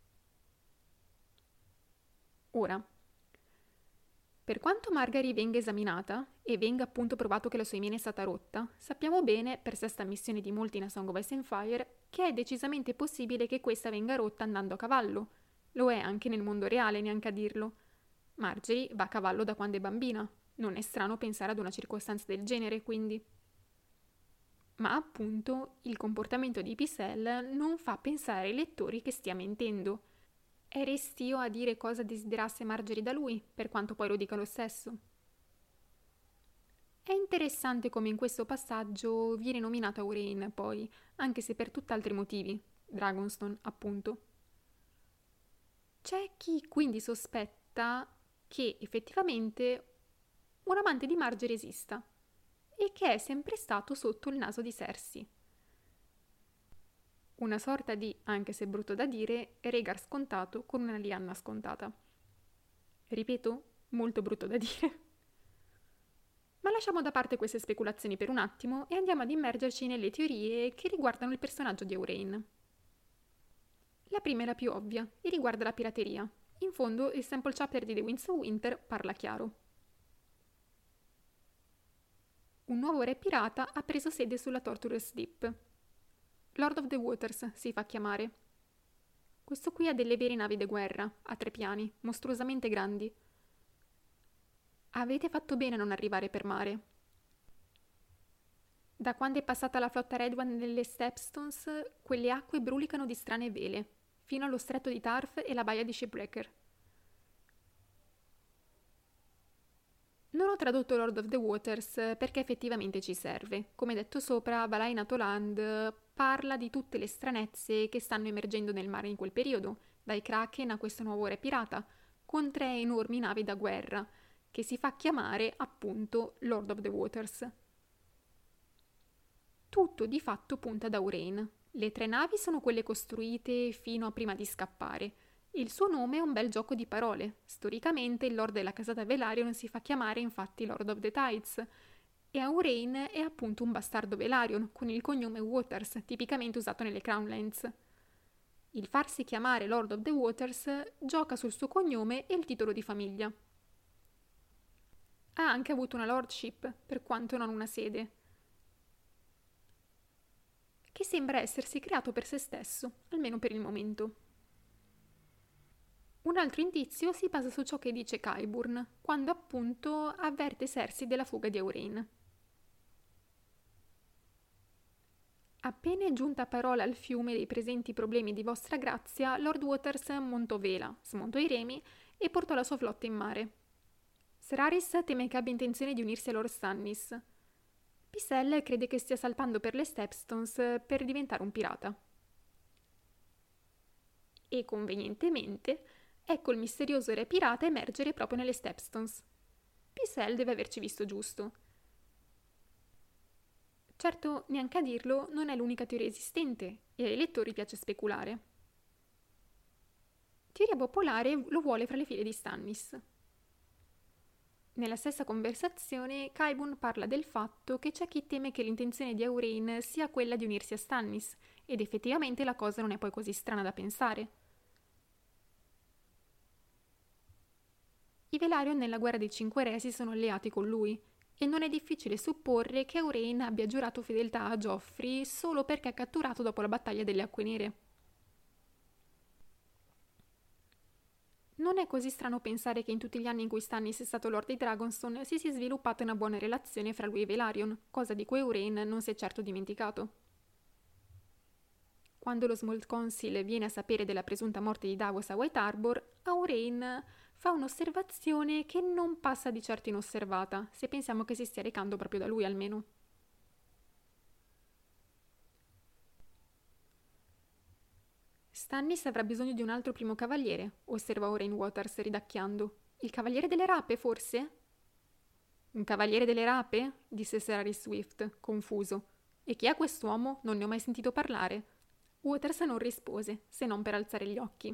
Ora, per quanto Margaery venga esaminata e venga appunto provato che la sua immene è stata rotta, sappiamo bene, per sesta ammissione di molti in A Song of Ice and Fire, che è decisamente possibile che questa venga rotta andando a cavallo. Lo è anche nel mondo reale, neanche a dirlo. Margaery va a cavallo da quando è bambina. Non è strano pensare ad una circostanza del genere, quindi. Ma appunto il comportamento di Pycelle non fa pensare ai lettori che stia mentendo. È restio a dire cosa desiderasse Margaery da lui, per quanto poi lo dica lo stesso. È interessante come in questo passaggio viene nominato Aurane, poi, anche se per tutt'altri motivi. Dragonstone, appunto. C'è chi quindi sospetta che effettivamente un amante di Margaery esista e che è sempre stato sotto il naso di Cersei. Una sorta di, anche se brutto da dire, Rhaegar scontato con una Lyanna scontata. Ripeto, molto brutto da dire. Ma lasciamo da parte queste speculazioni per un attimo e andiamo ad immergerci nelle teorie che riguardano il personaggio di Aurane. La prima è la più ovvia e riguarda la pirateria. In fondo, il sample chapter di The Winds of Winter parla chiaro. Un nuovo re pirata ha preso sede sulla Torturous Deep. Lord of the Waters si fa chiamare. Questo qui ha delle vere navi da guerra, a 3 piani, mostruosamente grandi. Avete fatto bene a non arrivare per mare. Da quando è passata la flotta Redwan nelle Stepstones, quelle acque brulicano di strane vele, fino allo stretto di Tarth e la baia di Shipbreaker. Non ho tradotto Lord of the Waters perché effettivamente ci serve. Come detto sopra, Valai Natoland parla di tutte le stranezze che stanno emergendo nel mare in quel periodo, dai Kraken a questo nuovo re pirata, con 3 enormi navi da guerra, che si fa chiamare appunto Lord of the Waters. Tutto di fatto punta ad Aurane. Le 3 navi sono quelle costruite fino a prima di scappare. Il suo nome è un bel gioco di parole. Storicamente il Lord della casata Velaryon si fa chiamare infatti Lord of the Tides, e Aurain è appunto un bastardo Velaryon con il cognome Waters, tipicamente usato nelle Crownlands. Il farsi chiamare Lord of the Waters gioca sul suo cognome e il titolo di famiglia. Ha anche avuto una lordship, per quanto non una sede, che sembra essersi creato per se stesso, almeno per il momento. Un altro indizio si basa su ciò che dice Qyburn, quando appunto avverte Cersei della fuga di Aurain. Appena è giunta parola al fiume dei presenti problemi di vostra grazia, Lord Waters montò vela, smontò i remi e portò la sua flotta in mare. Seraris teme che abbia intenzione di unirsi a Lord Stannis. Pycelle crede che stia salpando per le Stepstones per diventare un pirata. E convenientemente ecco il misterioso re pirata emergere proprio nelle Stepstones. Pycelle deve averci visto giusto. Certo, neanche a dirlo, non è l'unica teoria esistente e ai lettori piace speculare. Teoria popolare lo vuole fra le file di Stannis. Nella stessa conversazione, Qyburn parla del fatto che c'è chi teme che l'intenzione di Aurain sia quella di unirsi a Stannis, ed effettivamente la cosa non è poi così strana da pensare. I Velaryon nella guerra dei Cinque Re si sono alleati con lui, e non è difficile supporre che Aurain abbia giurato fedeltà a Joffrey solo perché è catturato dopo la battaglia delle Acque Nere. Non è così strano pensare che in tutti gli anni in cui Stannis è stato Lord di Dragonstone si sia sviluppata una buona relazione fra lui e Velaryon, cosa di cui Aurain non si è certo dimenticato. Quando lo Small Council viene a sapere della presunta morte di Davos a White Harbor, Aurain fa un'osservazione che non passa di certo inosservata, se pensiamo che si stia recando proprio da lui almeno. Stannis avrà bisogno di un altro primo cavaliere, osserva Aurain Waters ridacchiando. Il cavaliere delle rape, forse? Un cavaliere delle rape? Disse Seraris Swift, confuso. E chi è quest'uomo? Non ne ho mai sentito parlare. Waters non rispose, se non per alzare gli occhi.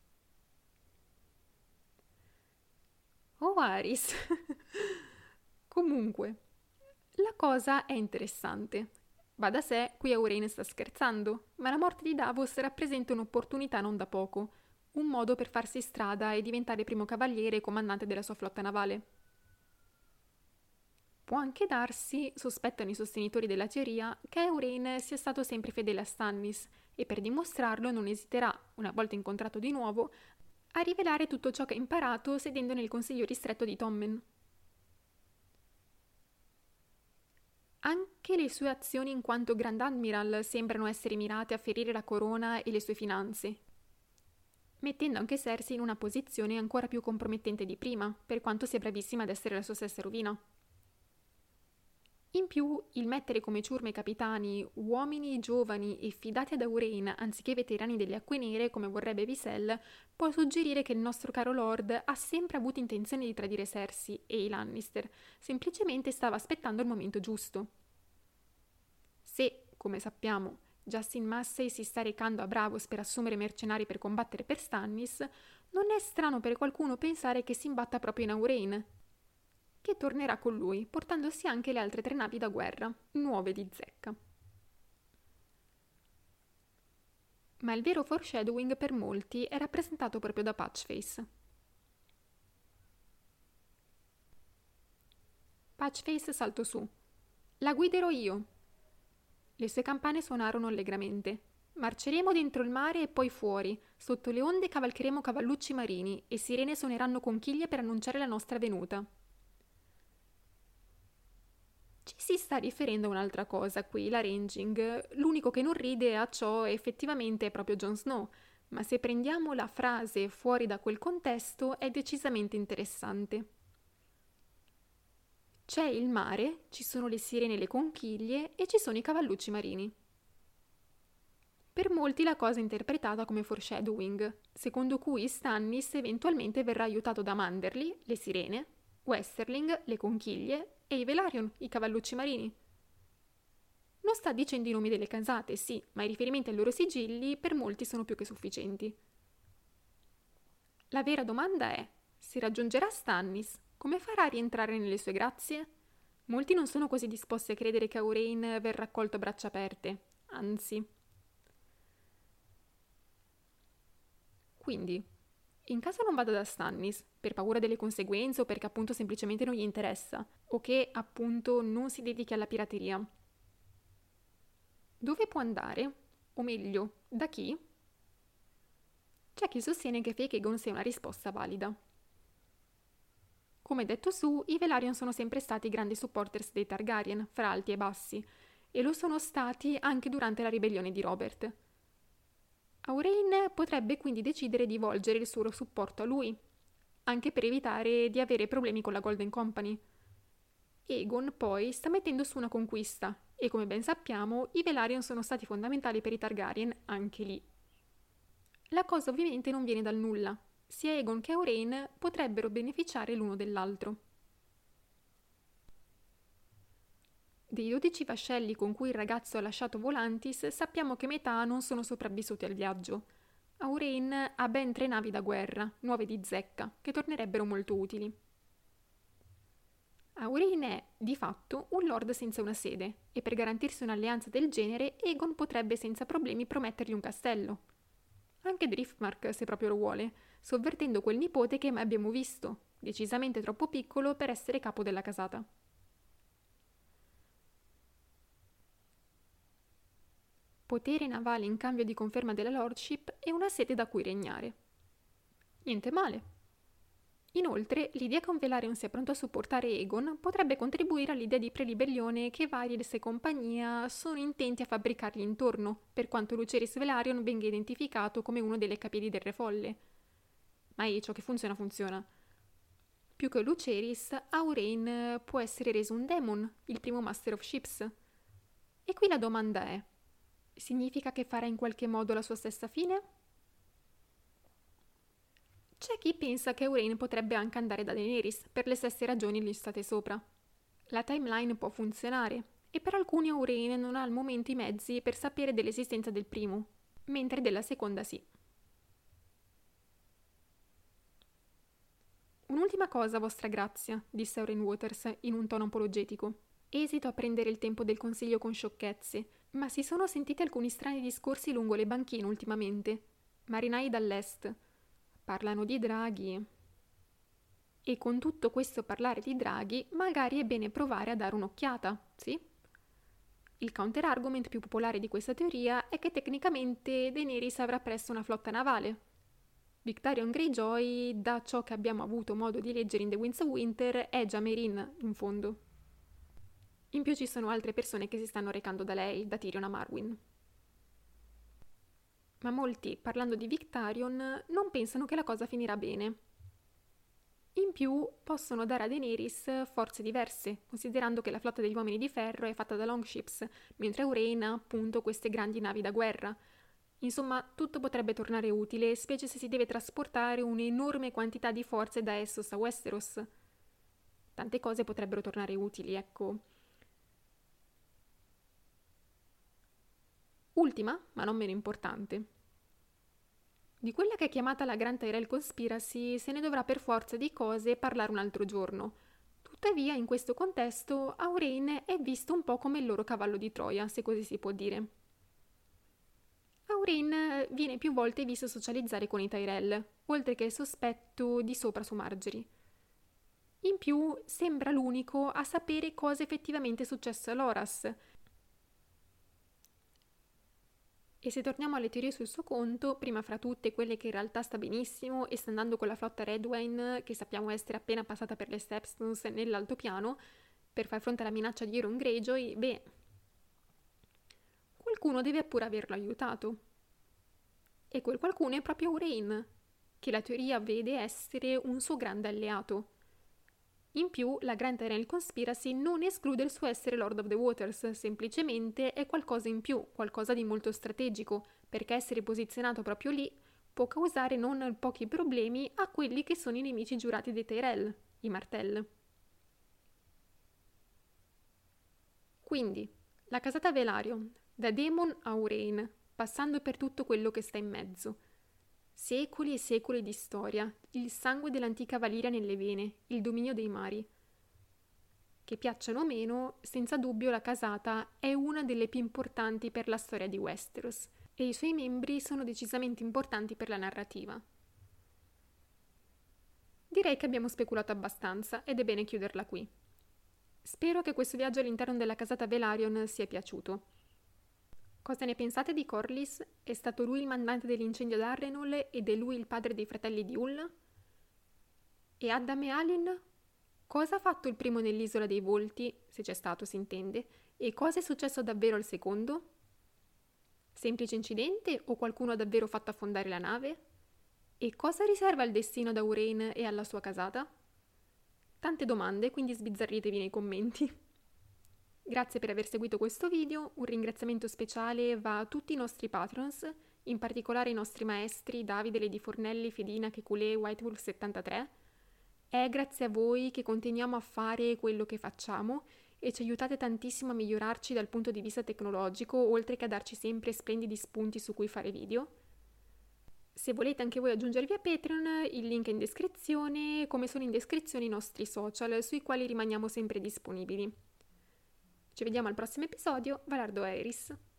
Oh, Varys! Comunque, la cosa è interessante. Va da sé, qui Aurain sta scherzando, ma la morte di Davos rappresenta un'opportunità non da poco, un modo per farsi strada e diventare primo cavaliere e comandante della sua flotta navale. Può anche darsi, sospettano i sostenitori della teoria, che Aurain sia stato sempre fedele a Stannis e per dimostrarlo non esiterà, una volta incontrato di nuovo, a rivelare tutto ciò che ha imparato sedendo nel consiglio ristretto di Tommen. Anche le sue azioni in quanto Grand Admiral sembrano essere mirate a ferire la corona e le sue finanze, mettendo anche Cersei in una posizione ancora più compromettente di prima, per quanto sia bravissima ad essere la sua stessa rovina. In più, il mettere come ciurme capitani uomini giovani e fidati ad Aurain anziché veterani delle Acque Nere, come vorrebbe Pycelle, può suggerire che il nostro caro Lord ha sempre avuto intenzione di tradire Cersei e i Lannister, semplicemente stava aspettando il momento giusto. Se, come sappiamo, Justin Massey si sta recando a Braavos per assumere mercenari per combattere per Stannis, non è strano per qualcuno pensare che si imbatta proprio in Aurain, che tornerà con lui, portandosi anche le altre 3 navi da guerra, nuove di zecca. Ma il vero foreshadowing per molti è rappresentato proprio da Patchface. Patchface saltò su. La guiderò io. Le sue campane suonarono allegramente. Marceremo dentro il mare e poi fuori. Sotto le onde cavalcheremo cavallucci marini e sirene suoneranno conchiglie per annunciare la nostra venuta. Ci si sta riferendo a un'altra cosa qui, la Ranging. L'unico che non ride a ciò effettivamente è proprio Jon Snow, ma se prendiamo la frase fuori da quel contesto è decisamente interessante. C'è il mare, ci sono le sirene e le conchiglie e ci sono i cavallucci marini. Per molti la cosa è interpretata come foreshadowing, secondo cui Stannis eventualmente verrà aiutato da Manderly, le sirene, Westerling, le conchiglie, e i Velaryon, i cavallucci marini. Non sta dicendo i nomi delle casate, sì, ma i riferimenti ai loro sigilli per molti sono più che sufficienti. La vera domanda è: si raggiungerà Stannis? Come farà a rientrare nelle sue grazie? Molti non sono così disposti a credere che Aurain verrà accolto a braccia aperte, anzi. Quindi, in caso non vada da Stannis, per paura delle conseguenze o perché appunto semplicemente non gli interessa, o che appunto non si dedichi alla pirateria, dove può andare? O meglio, da chi? C'è chi sostiene che Fake Aegon sia una risposta valida. Come detto su, i Velaryon sono sempre stati grandi supporters dei Targaryen, fra alti e bassi, e lo sono stati anche durante la ribellione di Robert. Aurain potrebbe quindi decidere di volgere il suo supporto a lui, anche per evitare di avere problemi con la Golden Company. Aegon poi sta mettendo su una conquista, e come ben sappiamo, i Velaryon sono stati fondamentali per i Targaryen anche lì. La cosa ovviamente non viene dal nulla. Sia Aegon che Aurain potrebbero beneficiare l'uno dell'altro. Dei 12 vascelli con cui il ragazzo ha lasciato Volantis, sappiamo che metà non sono sopravvissuti al viaggio. Aurain ha ben 3 navi da guerra, nuove di zecca, che tornerebbero molto utili. Aurain è, di fatto, un lord senza una sede, e per garantirsi un'alleanza del genere, Aegon potrebbe senza problemi promettergli un castello. Anche Driftmark, se proprio lo vuole, sovvertendo quel nipote che mai abbiamo visto, decisamente troppo piccolo per essere capo della casata. Potere navale in cambio di conferma della lordship e una sede da cui regnare. Niente male. Inoltre, l'idea che un Velaryon sia pronto a supportare Aegon potrebbe contribuire all'idea di prelibellione che Varys e compagnia sono intenti a fabbricargli intorno, per quanto Lucerys Velaryon venga identificato come uno delle capiedi del Re Folle. Ma ciò che funziona. Più che Lucerys, Aurain può essere reso un demon, il primo Master of Ships. E qui la domanda è: significa che farà in qualche modo la sua stessa fine? C'è chi pensa che Aurain potrebbe anche andare da Daenerys per le stesse ragioni listate sopra. La timeline può funzionare, e per alcuni Aurain non ha al momento i mezzi per sapere dell'esistenza del primo, mentre della seconda sì. Un'ultima cosa, vostra grazia, disse Aurain Waters in un tono apologetico. Esito a prendere il tempo del consiglio con sciocchezze, ma si sono sentiti alcuni strani discorsi lungo le banchine ultimamente. Marinai dall'est. Parlano di draghi. E con tutto questo parlare di draghi, magari è bene provare a dare un'occhiata, sì? Il counter-argument più popolare di questa teoria è che tecnicamente Daenerys avrà presto una flotta navale. Victarion Greyjoy, da ciò che abbiamo avuto modo di leggere in The Winds of Winter, è già Meereen, in fondo. In più ci sono altre persone che si stanno recando da lei, da Tyrion a Marwyn. Ma molti, parlando di Victarion, non pensano che la cosa finirà bene. In più, possono dare a Daenerys forze diverse, considerando che la flotta degli uomini di ferro è fatta da longships, mentre Aurain ha appunto queste grandi navi da guerra. Insomma, tutto potrebbe tornare utile, specie se si deve trasportare un'enorme quantità di forze da Essos a Westeros. Tante cose potrebbero tornare utili, ecco. Ultima, ma non meno importante. Di quella che è chiamata la Grand Tyrell Conspiracy se ne dovrà per forza di cose parlare un altro giorno. Tuttavia, in questo contesto, Aurain è visto un po' come il loro cavallo di Troia, se così si può dire. Aurain viene più volte visto socializzare con i Tyrell, oltre che il sospetto di sopra su Margaery. In più, sembra l'unico a sapere cosa effettivamente è successo a Loras. E se torniamo alle teorie sul suo conto, prima fra tutte quelle che in realtà sta benissimo e sta andando con la flotta Redwine, che sappiamo essere appena passata per le Stepstones nell'altopiano, per far fronte alla minaccia di Euron Greyjoy, qualcuno deve pure averlo aiutato. E quel qualcuno è proprio Aurain, che la teoria vede essere un suo grande alleato. In più, la Grand Tyrell Conspiracy non esclude il suo essere Lord of the Waters, semplicemente è qualcosa in più, qualcosa di molto strategico, perché essere posizionato proprio lì può causare non pochi problemi a quelli che sono i nemici giurati dei Tyrell, i Martell. Quindi, la casata Velaryon, da Daemon a Aurain, passando per tutto quello che sta in mezzo. Secoli e secoli di storia, il sangue dell'antica Valyria nelle vene, il dominio dei mari. Che piacciono o meno, senza dubbio la casata è una delle più importanti per la storia di Westeros e i suoi membri sono decisamente importanti per la narrativa. Direi che abbiamo speculato abbastanza ed è bene chiuderla qui. Spero che questo viaggio all'interno della casata Velaryon sia piaciuto. Cosa ne pensate di Corlys? È stato lui il mandante dell'incendio ad Harrenhal ed è lui il padre dei fratelli di Hull? E Addam e Alyn? Cosa ha fatto il primo nell'Isola dei Volti, se c'è stato si intende, e cosa è successo davvero al secondo? Semplice incidente o qualcuno ha davvero fatto affondare la nave? E cosa riserva il destino ad Aurain e alla sua casata? Tante domande, quindi sbizzarritevi nei commenti. Grazie per aver seguito questo video, un ringraziamento speciale va a tutti i nostri patrons, in particolare i nostri maestri Davide, Lady Fornelli, Fedina, Kekulé, Whitewolf73. È grazie a voi che continuiamo a fare quello che facciamo e ci aiutate tantissimo a migliorarci dal punto di vista tecnologico, oltre che a darci sempre splendidi spunti su cui fare video. Se volete anche voi aggiungervi a Patreon, il link è in descrizione, come sono in descrizione i nostri social, sui quali rimaniamo sempre disponibili. Ci vediamo al prossimo episodio, Valardo Aerys.